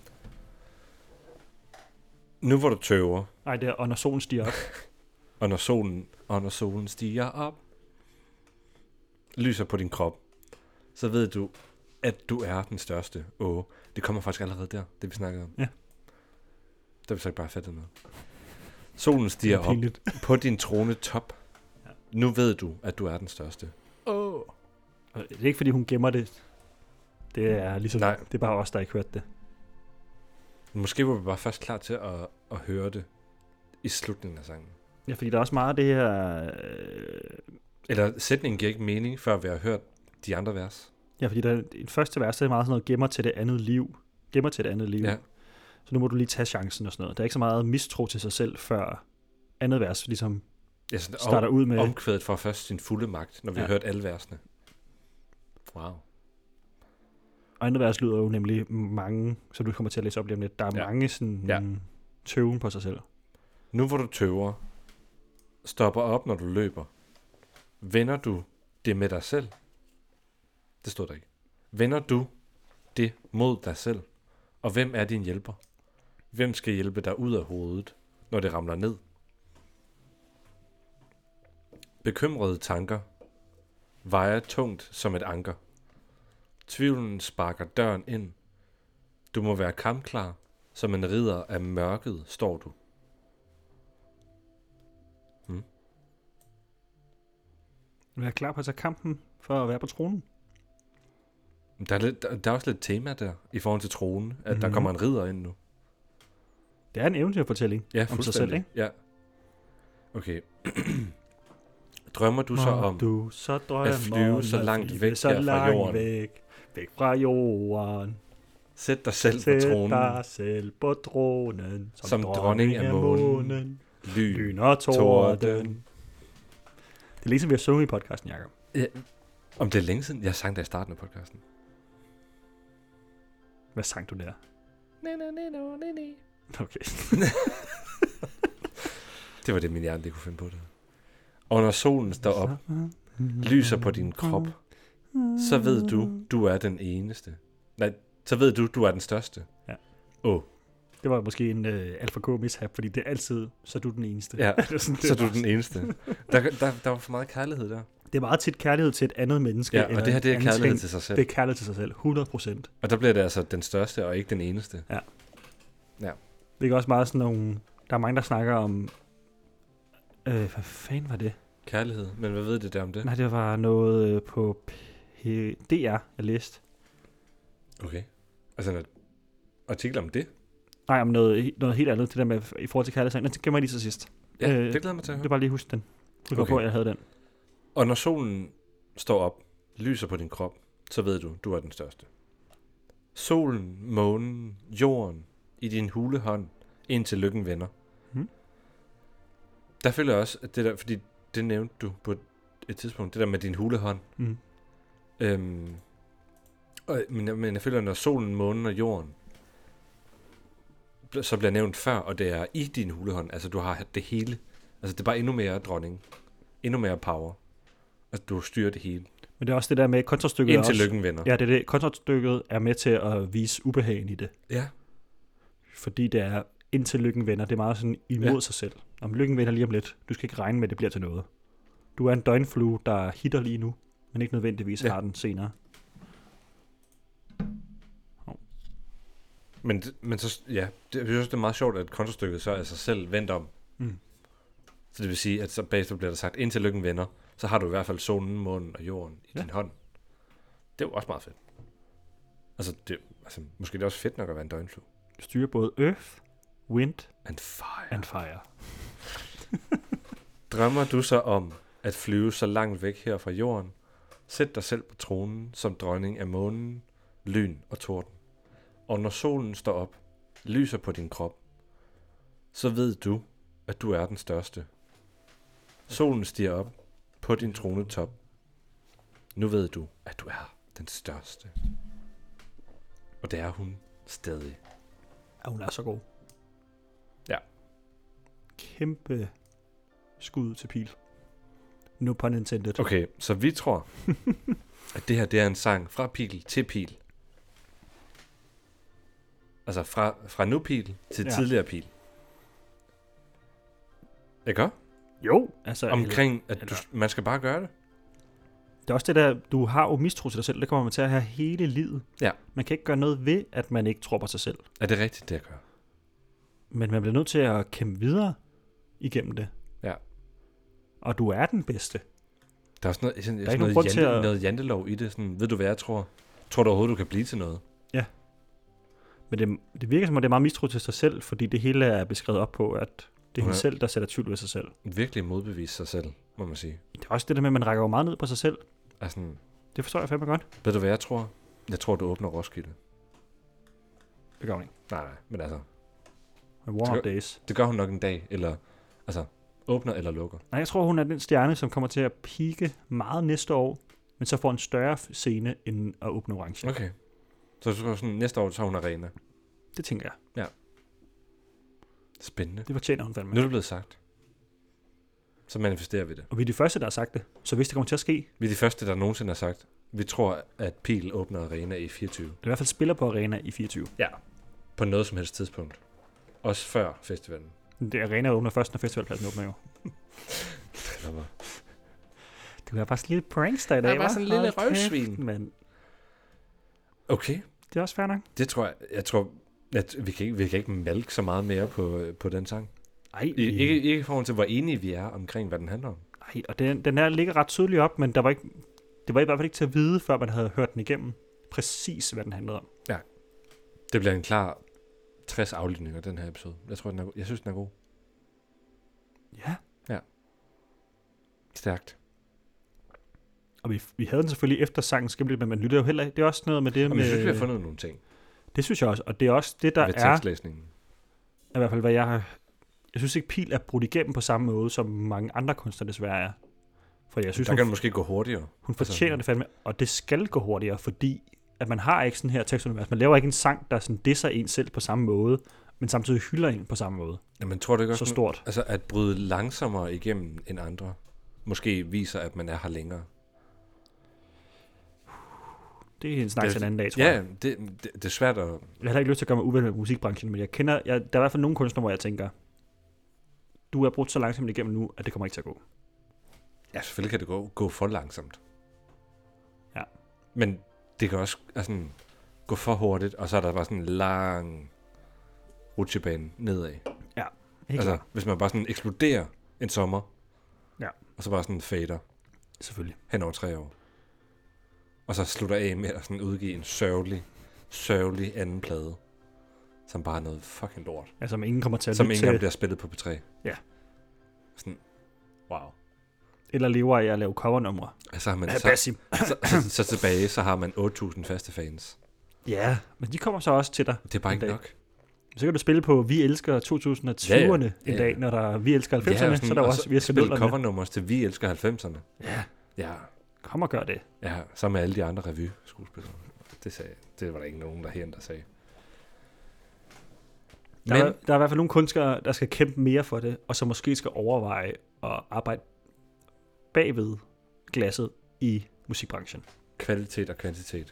Nu hvor du tøver, Nej, det er, og når solen stiger op. og når solen, og når solen stiger op, lyser på din krop, så ved du, at du er den største. Åh, det kommer faktisk allerede der, det vi snakkede om. Ja. Det har vi så ikke bare fattet noget. Solen stiger Det er op pinligt. på din trone top. Ja. Nu ved du, at du er den største. Åh. Oh. Det er ikke, fordi hun gemmer det. Det er ligesom, Nej. det er bare os, der ikke hørt det. Måske var vi bare først klar til at, at høre det i slutningen af sangen. Ja, fordi der er også meget af det her... Øh, Eller sætningen giver ikke mening, før vi har hørt de andre vers. ja, fordi der, er- i det første vers, der er meget sådan noget gemmer til det andet liv. Gemmer til det andet liv. Ja. Så nu må du lige tage chancen og sådan noget. Der er ikke så meget mistro til sig selv, før andet vers ligesom Ja, sådan starter ud med... omkvædet får først sin fulde magt, når vi Ja. har hørt alle versene. Wow. Og andet vers lyder jo nemlig mange, som du kommer til at læse op lige om lidt. Der er Ja. ja. mange sådan Ja. ja. tøven på sig selv. Nu hvor du tøver, stopper op, når du løber, vender du det med dig selv? Det stod der ikke. Vender du det mod dig selv? Og hvem er din hjælper? Hvem skal hjælpe dig ud af hovedet, når det ramler ned? Bekymrede tanker vejer tungt som et anker. Tvivlen sparker døren ind. Du må være kampklar, som en ridder af mørket står du. Vær klar på at tage kampen for at være på tronen. Der er, lidt, der, der er også lidt tema der, i forhold til tronen, at mm-hmm. der Mhm. kommer en ridder ind nu. Det er en eventyrfortælling Ja, om sig selv, ikke? Ja. Okay. Drømmer du så om... du så drømmer at flyve så at langt flyve væk så her fra langt jorden? Væk, væk fra jorden. Sæt dig selv Sæt på tronen. dig selv på tronen, som, Som dronning af månen. Lyn. Lyn og torden. torden. Det er ligesom vi har sunget i podcasten, Jacob. Ja. Om det er længe siden, jeg sang der i starten af podcasten. Hvad sang du der? Okay. Det var det, min hjerne det kunne finde på det. Og når solen står op, lyser på din krop, så ved du, du er den eneste. Nej, så ved du, du er den største. Ja. Åh, Det var måske en øh, Alpha K mishap, fordi det er altid, så er du den eneste. ja, Det er sådan, det så er er du bare- den eneste. Der, der, der var for meget kærlighed der. Det er meget tit kærlighed til et andet menneske. Ja, og eller det her, det er en anden kærlighed ting. til sig selv. Det er kærlighed til sig selv, hundrede procent. Og der bliver det altså den største, og ikke den eneste. Det er også meget sådan nogle... Der er mange, der snakker om... Øh, hvad fanden var det? Kærlighed, men hvad ved det der om det? Nej, det var noget øh, på P- D R, jeg læste. Okay. Altså en artikel om det? Nej, om noget, noget helt andet, det der med i forhold til kærlighed. Det gemmer jeg lige til sidst. Ja, Øh, det glæder mig til at Det høre. er bare lige huske den. Du Okay. okay. på, at jeg havde den. Og når solen står op, lyser på din krop, så ved du, du er den største. Solen, månen, jorden i din hulehånd, indtil lykken vender. Hmm. Der føler jeg også, at det der, fordi det nævnte du på et tidspunkt, det der med din hulehånd. Mm. Øhm, og, men, jeg- men jeg føler, når solen, månen og jorden bl- så bliver nævnt før, og det er i din hulehånd, altså du har det hele, altså det er bare endnu mere dronning, endnu mere power, at du styrer det hele. Men det er også det der med kontrastykket. Indtil også, lykken vender. Ja, det er det. Kontrastykket er med til at vise ubehagen i det. Ja. Fordi det er indtil lykken vender. Det er meget sådan imod Ja. sig selv. Om lykken vender lige om lidt. Du skal ikke regne med, at det bliver til noget. Du er en døgnflue, der hitter lige nu, men ikke nødvendigvis Ja. har den senere. Men, men så, ja, det, jeg synes, det er meget sjovt, at kontrastykket så er sig selv vendt om. Mm. Så det vil sige, at så bagefter bliver der sagt, indtil lykken vender, så har du i hvert fald solen, månen og jorden i Ja. din hånd. Det er jo også meget fedt. Altså, det, altså, måske det er også fedt nok at være en døgnflue. Du styrer både earth, wind And fire. and fire. Drømmer du så om at flyve så langt væk her fra jorden? Sæt dig selv på tronen som dronning af månen, lyn og torden. Og når solen står op, lyser på din krop, så ved du, at du er den største. Solen stiger op på din tronetop. Nu ved du, at du er den største. Og det er hun stadig. Ja, hun er så god. Ja. Kæmpe skud til Pil. No pun intended. Okay, så vi tror, at det her det er en sang fra Pil til Pil. Altså fra, fra nu Pil til Ja. tidligere Pil. Ikke? Jo, altså... Omkring, at du, eller- man skal bare gøre det. Det er også det der, du har jo mistro til dig selv. Det kommer man til at have hele livet. Ja. Man kan ikke gøre noget ved, at man ikke tror på sig selv. Er det rigtigt, det jeg gør? Men man bliver nødt til at kæmpe videre igennem det. Ja. Og du er den bedste. Der er også noget, sådan, er sådan ikke nogen noget, grund jante, til at- noget jantelov i det. Sådan, ved du, hvad jeg tror? Tror du overhovedet, du kan blive til noget? Men det, det virker som om, det er meget mistro til sig selv, fordi det hele er beskrevet op på, at det er hende Ja. selv, der sætter tvivl ved sig selv. Virkelig modbevise sig selv, må man sige. Det er også det der med, at man rækker jo meget ned på sig selv. Altså, Det forstår jeg fandme godt. ved du, hvad jeg tror? Jeg tror, du åbner Roskilde. Det gør hun ikke. Nej, nej, men altså, Warm-up Det days. det gør hun nok en dag, eller altså, åbner eller lukker. Nej, jeg tror, hun er den stjerne, som kommer til at pike meget næste år, men så får en større scene end at åbne orange. Okay. Så du tror sådan, næste år, så har hun arena. Det tænker jeg. Spændende. Det fortjener hun fandme. Nu er det blevet sagt. Så manifesterer vi det. Og vi er de første, der har sagt det. Så hvis det kommer til at ske, Vi er de første, der nogensinde har sagt, vi tror, at Pil åbner arena i fireogtyve. det er i hvert fald spiller på arena i fireogtyve. Ja. På noget som helst tidspunkt. Også før festivalen. Det arena åbner først, når festivalpladsen åbner jo. Det var bare sådan en lille prankster i dag, Det var hva'? sådan en lille Hold kæft, røvsvin. Men Okay. det er også fair nok. Det tror jeg, jeg tror, at vi kan ikke, vi kan ikke malke så meget mere på, på den sang. Ej, I, ikke, ikke i forhold til, hvor enige vi er omkring, hvad den handler om. ej, og den, den her ligger ret tydeligt op, men der var ikke, det var i hvert fald ikke til at vide, før man havde hørt den igennem, præcis hvad den handlede om. Det bliver en klar tres aflytninger, den her episode. Jeg tror, den er, go- jeg synes, den er god. Ja. Stærkt. Og vi, vi havde den selvfølgelig efter sangen skimmeligt, men man lytter jo heller ikke. Det er også noget med det Og med... jeg synes, vi har fundet nogle ting Det synes jeg også, og det er også det, der ved er, tekstlæsningen. i hvert fald hvad jeg har... Jeg synes ikke, Pil er brudt igennem på samme måde, som mange andre kunstnere desværre er. For jeg synes, Der hun, kan det måske gå hurtigere. hun altså- fortjener det fandme, og det skal gå hurtigere, fordi at man har ikke sådan her tekstunivers. Man laver ikke en sang, der sådan disser en selv på samme måde, men samtidig hylder en på samme måde. Jamen, tror du ikke Så også, stort. altså at bryde langsommere igennem end andre, måske viser, at man er her længere? Det er en snak Det- til en anden dag, tror Ja, jeg. det, det, det er svært at... Jeg har heller ikke lyst til at gøre mig uven med musikbranchen, men jeg kender, jeg, der er i hvert fald nogle kunstnere, hvor jeg tænker, du er brudt så langsomt igennem nu, at det kommer ikke til at gå. Ja, selvfølgelig kan det gå, gå for langsomt. Ja. Men det kan også altså, gå for hurtigt, og så er der bare sådan en lang rutsjebane nedad. Helt Altså, klart. hvis man bare sådan eksploderer en sommer, Ja. og så bare sådan fader Selvfølgelig. hen over tre år, og så slutter af med at sådan udgive en sørgelig, sørgelig anden plade, som bare er noget fucking lort, Altså, som ingen kommer til at som lytte ikke til, engang bliver spillet på P tre. Ja. Sådan, wow. eller lever af at lave covernumre. Altså har man Ja, så, Basim. så, så, så tilbage, så har man otte tusind faste fans. Ja, men de kommer så også til dig. Det er bare En ikke dag. nok. Så kan du spille på Vi Elsker to tusind og tyverne Ja, ja. en Ja, ja. dag, når der er Vi Elsker halvfemserne, og så er der og også Vi Elsker spille nullerne. covernummers til Vi Elsker halvfemserne. Ja, Ja, kom og gør det. ja, sammen med alle de andre revy-skuespillere. Det, sagde, det var der ikke nogen, der herinde, der sagde. Der, Men, er, der er i hvert fald nogle kunstnere, der skal kæmpe mere for det, og så måske skal overveje at arbejde bagved glasset i musikbranchen. Kvalitet og kvantitet.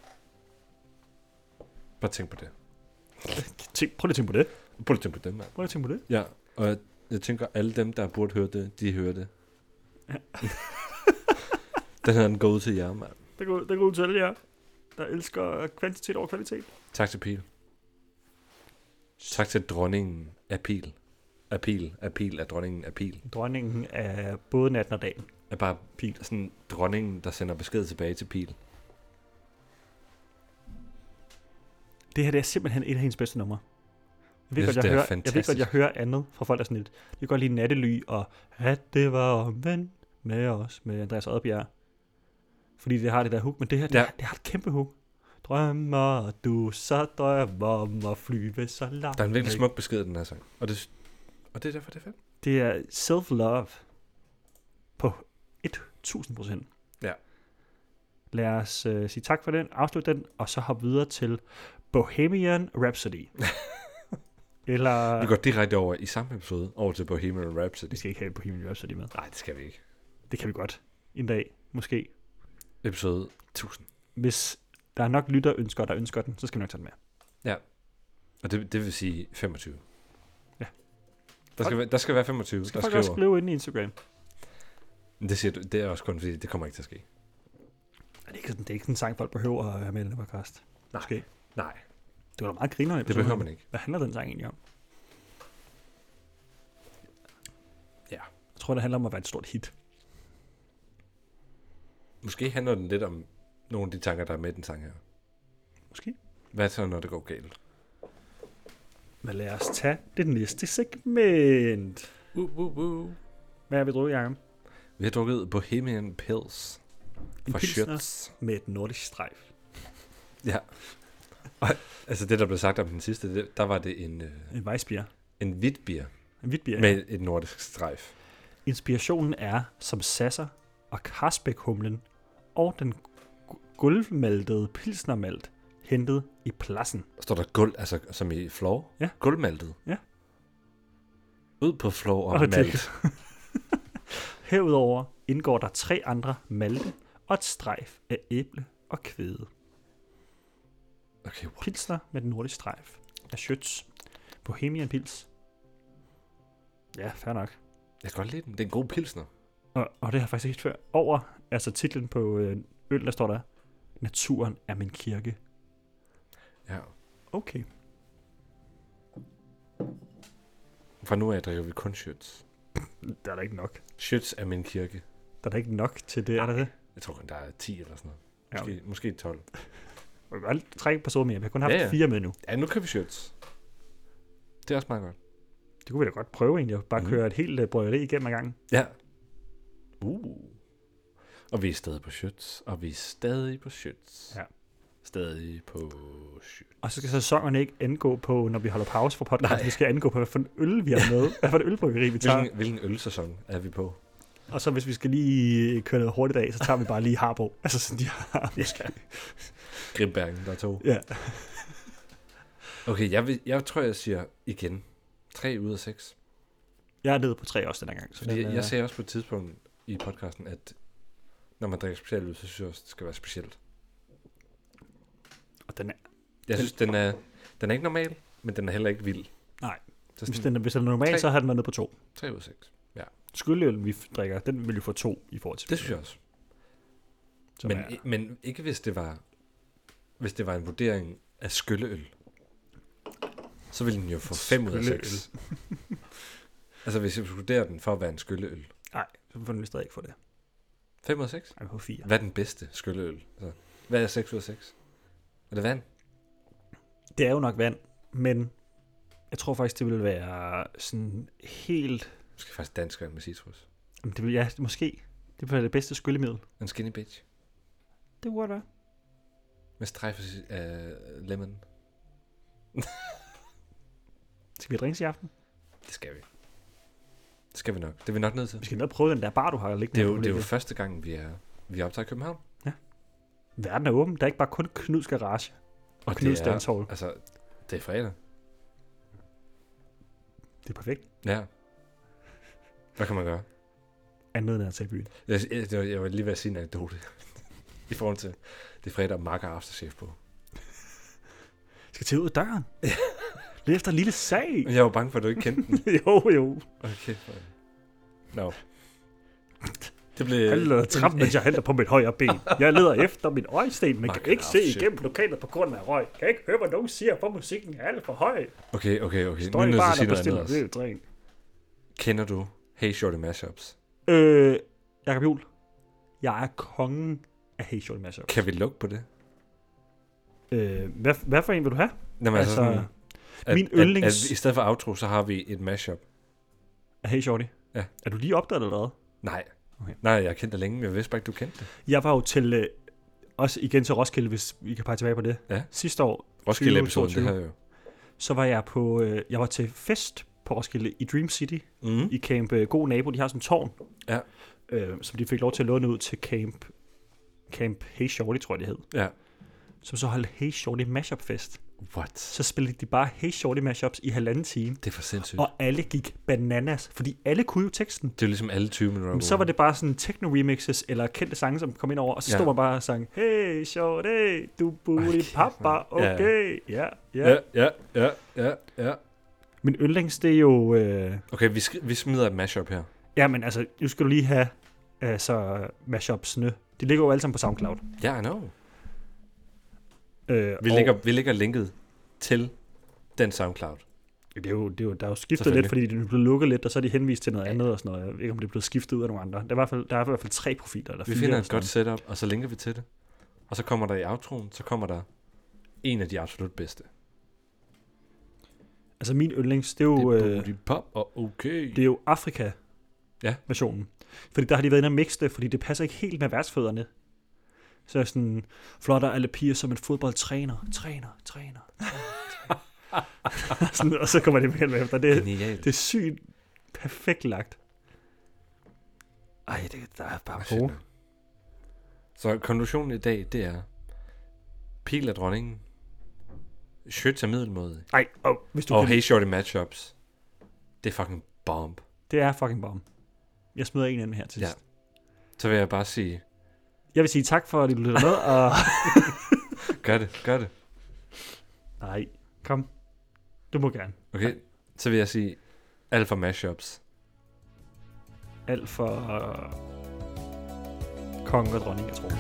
Bare tænk på det. Tænk, prøv lige at tænke på det. Prøv lige at tænke på det, mand. Prøv lige at tænke på det. Ja, og jeg, jeg tænker, alle dem, der burde høre det, de hører det. Ja. Den her den går ud til jer, mand. Det går, det går ud til alle jer, der elsker kvantitet over kvalitet. Tak til Pil. Tak til dronningen af Pil. Af Pil. Af Pil. Af dronningen af Pil. Dronningen er både natten og dagen. Er bare Pil. Sådan dronningen, der sender besked tilbage til Pil. Det her det er simpelthen et af hendes bedste numre. Jeg ved, Jeg godt, synes, jeg, det er hører, jeg ved fantastisk. godt, jeg hører andet fra folk, der er sådan lidt. Jeg kan godt lide Nattely og at det var omvendt med os, med Andreas Oddbjerg. Fordi det har det der hook, men det her, det, Ja. har, det har et kæmpe hook. Drømmer du så drømmer om at flyve så langt. Der er en virkelig væk. smuk besked i den her sang. Og det, og det er derfor, det er fedt. Det er self-love på tusind procent. Ja. Lad os uh, sige tak for den, afslutte den, og så hoppe videre til Bohemian Rhapsody. Eller... Vi går direkte over i samme episode, over til Bohemian Rhapsody. Vi skal ikke have Bohemian Rhapsody med. Nej, det skal vi ikke. Det kan vi godt. En dag, måske. Episode tusind. Hvis der er nok lytterønsker, der ønsker den, så skal vi nok tage den med. Og det, det vil sige femogtyve. Ja. Der skal, være, der skal være femogtyve, Så skal der folk også skriver. skrive ind i Instagram. Men det, siger du, det er også kun fordi, det kommer ikke til at ske. Det er ikke sådan, det er ikke sådan en sang, folk behøver at have med i den her podcast. Nej. Måske. Nej, Det var da meget grinerende. det behøver man ikke. Hvad handler den sang egentlig om? Ja. Jeg tror, det handler om at være et stort hit. Måske handler den lidt om nogle af de tanker, der er med i den sang her. Måske. Hvad så, når det går galt? Men lad os tage det næste segment. Uh, uh, uh. Hvad er vi drukket, Jacob? Vi har drukket Bohemian Pils En fra pilsner Schütz. med et nordisk strejf. Ja. Og, altså det, der blev sagt om den sidste, det, der var det en, øh, En Weissbier. en hvidt bier En hvidt bier. med et nordisk strejf. Inspirationen er som Sasser og Karsbæk-humlen og den gu- gulvmaltede pilsnermalt hentet i pladsen. Står der gulv, altså som i floor? Ja. Gulvmaltet? Ja. Ud på floor og, Og og det- malt. Herudover indgår der tre andre malte og et strejf af æble og kvæde. Okay, what? Pilsner med den nordiske strejf af Schütz. Bohemian Pils. Ja, fair nok. Jeg kan godt lide den. Det er en god pilsner. Og, og det har jeg faktisk ikke før. Over, altså titlen på øh, øl, der står der, naturen er min kirke. Ja. Okay. Fra nu af drikker vi kun Schütz. Der er der ikke nok. Schütz er min kirke. Der er der ikke nok til det, er der det? Jeg tror kun, der er ti eller sådan noget. Ja, Måske, okay. måske tolv. Jeg kan godt trække på mere. Vi har kun haft Ja, ja. fire med nu. Ja, nu kan vi Schütz. Det er også meget godt. Det kunne vi da godt prøve egentlig, at bare Mhm. køre et helt uh, bryggeri igennem ad gangen. Ja. Uh. Og vi er stadig på Schütz. Og vi er stadig på Schütz. Ja. Stadig på Schütz. Og så skal sæsonerne ikke angå på, når vi holder pause fra podcasten. Nej. Vi skal angå på, hvad for en øl vi har med. Hvad for et ølbryggeri vi tager. Hvilken, hvilken ølsæson er vi på? Og så hvis vi skal lige køre noget hurtigt af, så tager vi bare lige Harbo. Altså sådan, de har måske. Grimbergen, der er to. Ja. Okay, jeg, vil, jeg tror, jeg siger igen. tre ud af seks. Jeg er nede på tre også den her gang. Så Fordi den, jeg, øh, jeg sagde også på et tidspunkt i podcasten, at når man drikker specielt øl, så synes jeg også, det skal være specielt. Og den er, Jeg synes, den er, den er ikke normal, men den er heller ikke vild. Nej. Så hvis, sådan den, hvis den er normal, tre. så har den været nede på to. tre ud af seks. Skyldøl, vi drikker, den vil jo få to i forhold til. Det synes jeg også. Som Men, er, men ikke hvis det var hvis det var en vurdering af skylleøl. Så ville den jo få fem ud af Skylleøl. seks. Altså hvis jeg vurderer den for at være en skylleøl. Nej, så får den vist stadig ikke for det. fem ud af seks? Ej, på fire. Hvad er den bedste skylleøl? Altså, hvad er seks ud af seks? Er det vand? Det er jo nok vand, men jeg tror faktisk, det vil være sådan helt... Måske faktisk dansk vand med citrus. Jamen, det vil, ja, måske. Det vil være det bedste skyllemiddel. En skinny bitch. Det kunne være. Med strejf af lemon. Skal vi have drinks i aften? Det skal vi. Det skal vi nok. Det er vi nok nødt til. Vi skal ned og prøve den der bar, du har liggende. Det er jo, på det er jo kollegiet. første gang, vi er, vi er optaget i København. Verden er åben. Der er ikke bare kun Knuds Garage og Knuds det er, Dancehall. altså, det er fredag. Det er perfekt. Ja. Hvad kan man gøre? andet end at tage i byen. Jeg, jeg, jeg var lige ved at sige en anekdote i forhold til det fredag Marker Aftershave på. Skal til ud af døren. Lidt efter en lille sag. Jeg var bange for, at du ikke kendte den. jo, jo. Okay, fine. Nå. Det blev... Jeg leder trap, mens jeg hælder på mit højre ben. Jeg leder efter min øjesten, men kan Marker ikke se Aftershave. igennem lokalet på grund af røg. Kan ikke høre, hvad nogen siger, for musikken er alt for høj. Okay, okay, okay. Står Nu er i jeg nødt til at baren sige og noget bestiller andet også. det dræn. Kender du Hey Shorty Mashups? Øh, Jakob Juhl. Jeg er kongen af Hey Shorty Mashup. Kan vi lukke på det? Øh, hvad, hvad for en vil du have? Nå, men altså, Altså, sådan, at, min at, yndlings- At, at, I stedet for outro, så har vi et mashup. Af Hey Shorty? Ja. Er du lige opdaget allerede? Nej. Okay. Nej, jeg har kendt det længe, men jeg vidste bare ikke, du kendte det. Jeg var jo til, øh, også igen til Roskilde, hvis vi kan pege tilbage på det. Ja. Sidste år, Roskilde-episoden, det tyve her jo. så var jeg på, øh, jeg var til fest på Roskilde i Dream City, Mm. i Camp øh, God Nabo. De har sådan en tårn, Ja. øh, som de fik lov til at låne ud til Camp, Camp Hey Shorty, tror jeg det hed. Ja. Som så holdt Hey Shorty Mashup Fest. What? Så spillede de bare Hey Shorty Mashups i halvanden time. Det er for sindssygt. Og alle gik bananas, fordi alle kunne jo teksten. Det er jo ligesom alle tyve minutter. Men så var det bare sådan techno-remixes, eller kendte sange, som kom ind over, og så Ja. stod man bare og sang, hey, shorty, du booty Okay, papa, ja. okay, ja, ja. Ja, ja, ja, ja, ja. Min yndlings, det er jo, øh, Okay, vi, sk- vi smider et mashup her. ja, men altså, nu skal du lige have, altså, mashupsne. De ligger jo alle sammen på SoundCloud. Ja, yeah, I know. Øh, Vi og- lægger, vi lægger linket til den SoundCloud. Det er jo, det er jo, der er jo skiftet Selvfølgelig. lidt, fordi det er blevet lukket lidt, og så er de henvist til noget andet og sådan noget. Jeg ved ikke, om det er blevet skiftet ud af nogle andre. Der er i hvert fald, der er i hvert fald tre profiler, eller Vi fire. finder eller et sådan godt setup, og så linker vi til det. Og så kommer der i outroen, så kommer der en af de absolut bedste. noget. Altså min yndlings, det er Det jo, er øh, booty pop og okay. det er jo Afrika-versionen. Ja. Fordi der har de været inde og mixe det, fordi det passer ikke helt med værtsfødderne. Så er sådan, flotter alle piger som en fodboldtræner, træner, træner, træner. sådan, og så kommer de med efter. Det, Genialt. det er sygt perfekt lagt. Ej, det, der er bare Fedt på. nok. Så konklusionen i dag, det er Pil af dronningen, Schøtz er middelmåde, Ej, og hvis du og kan, Hey Shorty Matchups. Det er fucking bomb. det er fucking bomb. Jeg smider en anden her til Ja. sidst. Så vil jeg bare sige, Jeg vil sige tak for, at du lytter med, og... gør det, gør det. Nej, kom. Du må gerne. Okay, så vil jeg sige, alt for mashups. Alt for uh, konge og dronning, jeg tror.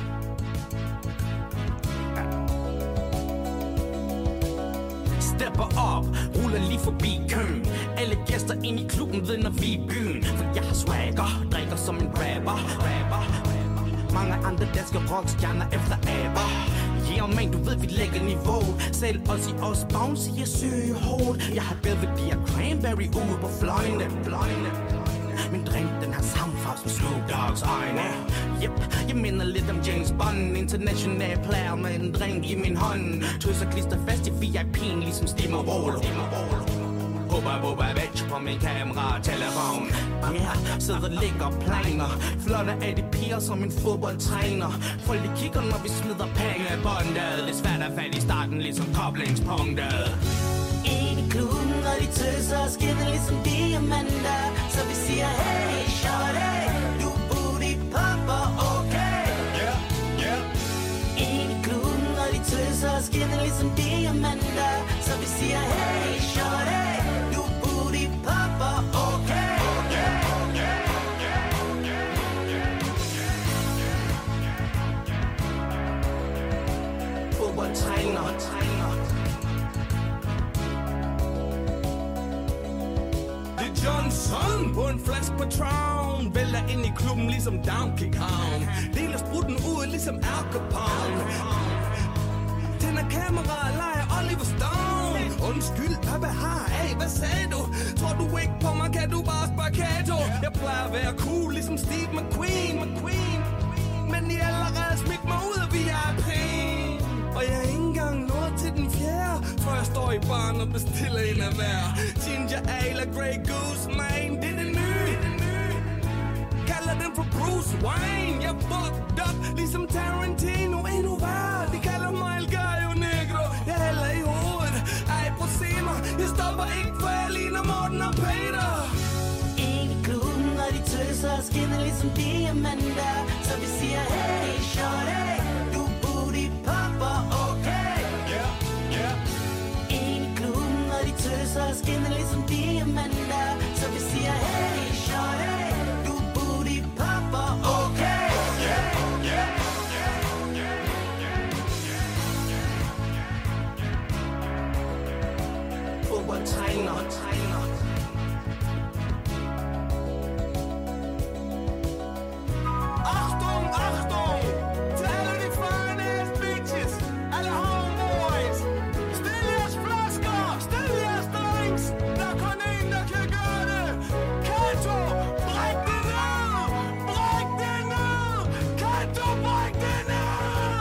Stepper op, ruller lige forbi køen. Alle gæster ind i klubben ved, når vi er i byen. For jeg har swagger, drikker som en rapper, rapper. Mange andre danske rockstjerner efter aber. Yeah man, du ved vi lægger niveau. Selv os i os bounce, jeg syg hold. Jeg har Belvedere Cranberry ude på fløjene, fløjene. Min drink, den har samme farve som Snoop Dogg's øjne. Yep, jeg minder lidt om James Bond. International player med en drink i min hånd. Tøser klister fast i V I P'en, ligesom Stimmerol. Bubba bubba bitch på min kamera og telefon. Yeah, sidder ligger planer. Flotte af de piger som en fodboldtræner. Folk de kigger når vi smider penge i båndet. Det er svært at falde i starten ligesom koblingspunktet. Ind i klubben, og de tøser og skinner ligesom diamanter. Så vi siger, hey, shorty, du booty popper, okay? Yeah, yeah. Ind i klubben, og de tøser og skinner ligesom diamanter. Så vi siger, hey, shorty, du booty popper, okay? Fodboldtræner, træner. Det er Johnson på en flaske Patron. Vælter ind i klubben ligesom Donkey Kong. Deler sprutten ud ligesom Al Capone. Tænder kamera og leger Oliver Stone. Undskyld, hvad behar? Hey, hvad sagde du? Tror du ikke på mig, kan du bare spakato? Jeg plejer at være cool ligesom Steve McQueen. McQueen. Men I allerede smidt mig ud af V I P. Og jeg er ikke engang nået til den fjerde, for jeg står i baren og bestiller en af hver. Ginger ale og Grey Goose, man, det er det nye. Kalder den for Bruce Wayne. Jeg fucked up, ligesom Tarantino, endnu værre. De kalder mig El Gallo Negro, jeg hælder i hovedet. Ej, prøv at se mig, jeg stopper ikke, for jeg ligner Morten og Peter. Ind i klubben, og de tøser tøser skinner ligesom diamanter. Så vi siger hey shorty, du booty popper, okay? Yeah, yeah. En i klubben, og de tøser skinner ligesom diamanter. Så vi siger hey shorty, du booty popper, okay? Yeah, yeah. Fodboldtræner, træner. Achtung, Achtung! Til alle de fine ass bitches, alle homeboys. Stil jeres flasker, stil jeres drinks. Der er kun en, der kan gøre det. Kato, bræk det ned! Bræk det ned! Kato, bræk det ned!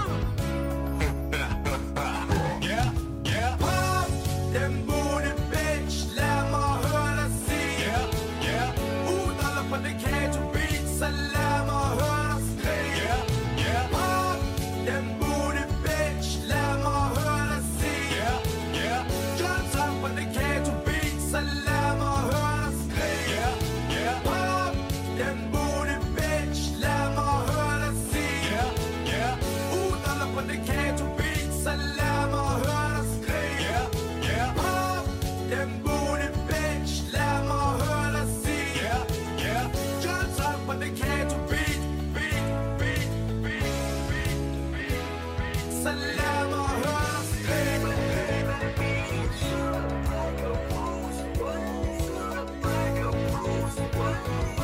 Yeah, yeah. Pop, den booty bitch, lad mig høre dig sige. Yeah, yeah. Udholder på det Kato beat, så lad mig høre dig skrige. Yeah, yeah. Pop, den booty bitch, lad mig høre dig sige. Yeah, yeah. Johnson på det Kato beat, så lad mig høre dig skrige. Yeah, yeah. Pop, den booty bitch, lad mig høre dig sige. Yeah, yeah. Udholder på det Kato beat, så lad mig høre dig skrige. Yeah, yeah. Pop, den booty bitch, lad mig høre dig sige. Yeah, yeah. Johnson på det Kato beat, beat, beat, beat, beat, beat, beat. Så lad mig høre dig skrige. Back up,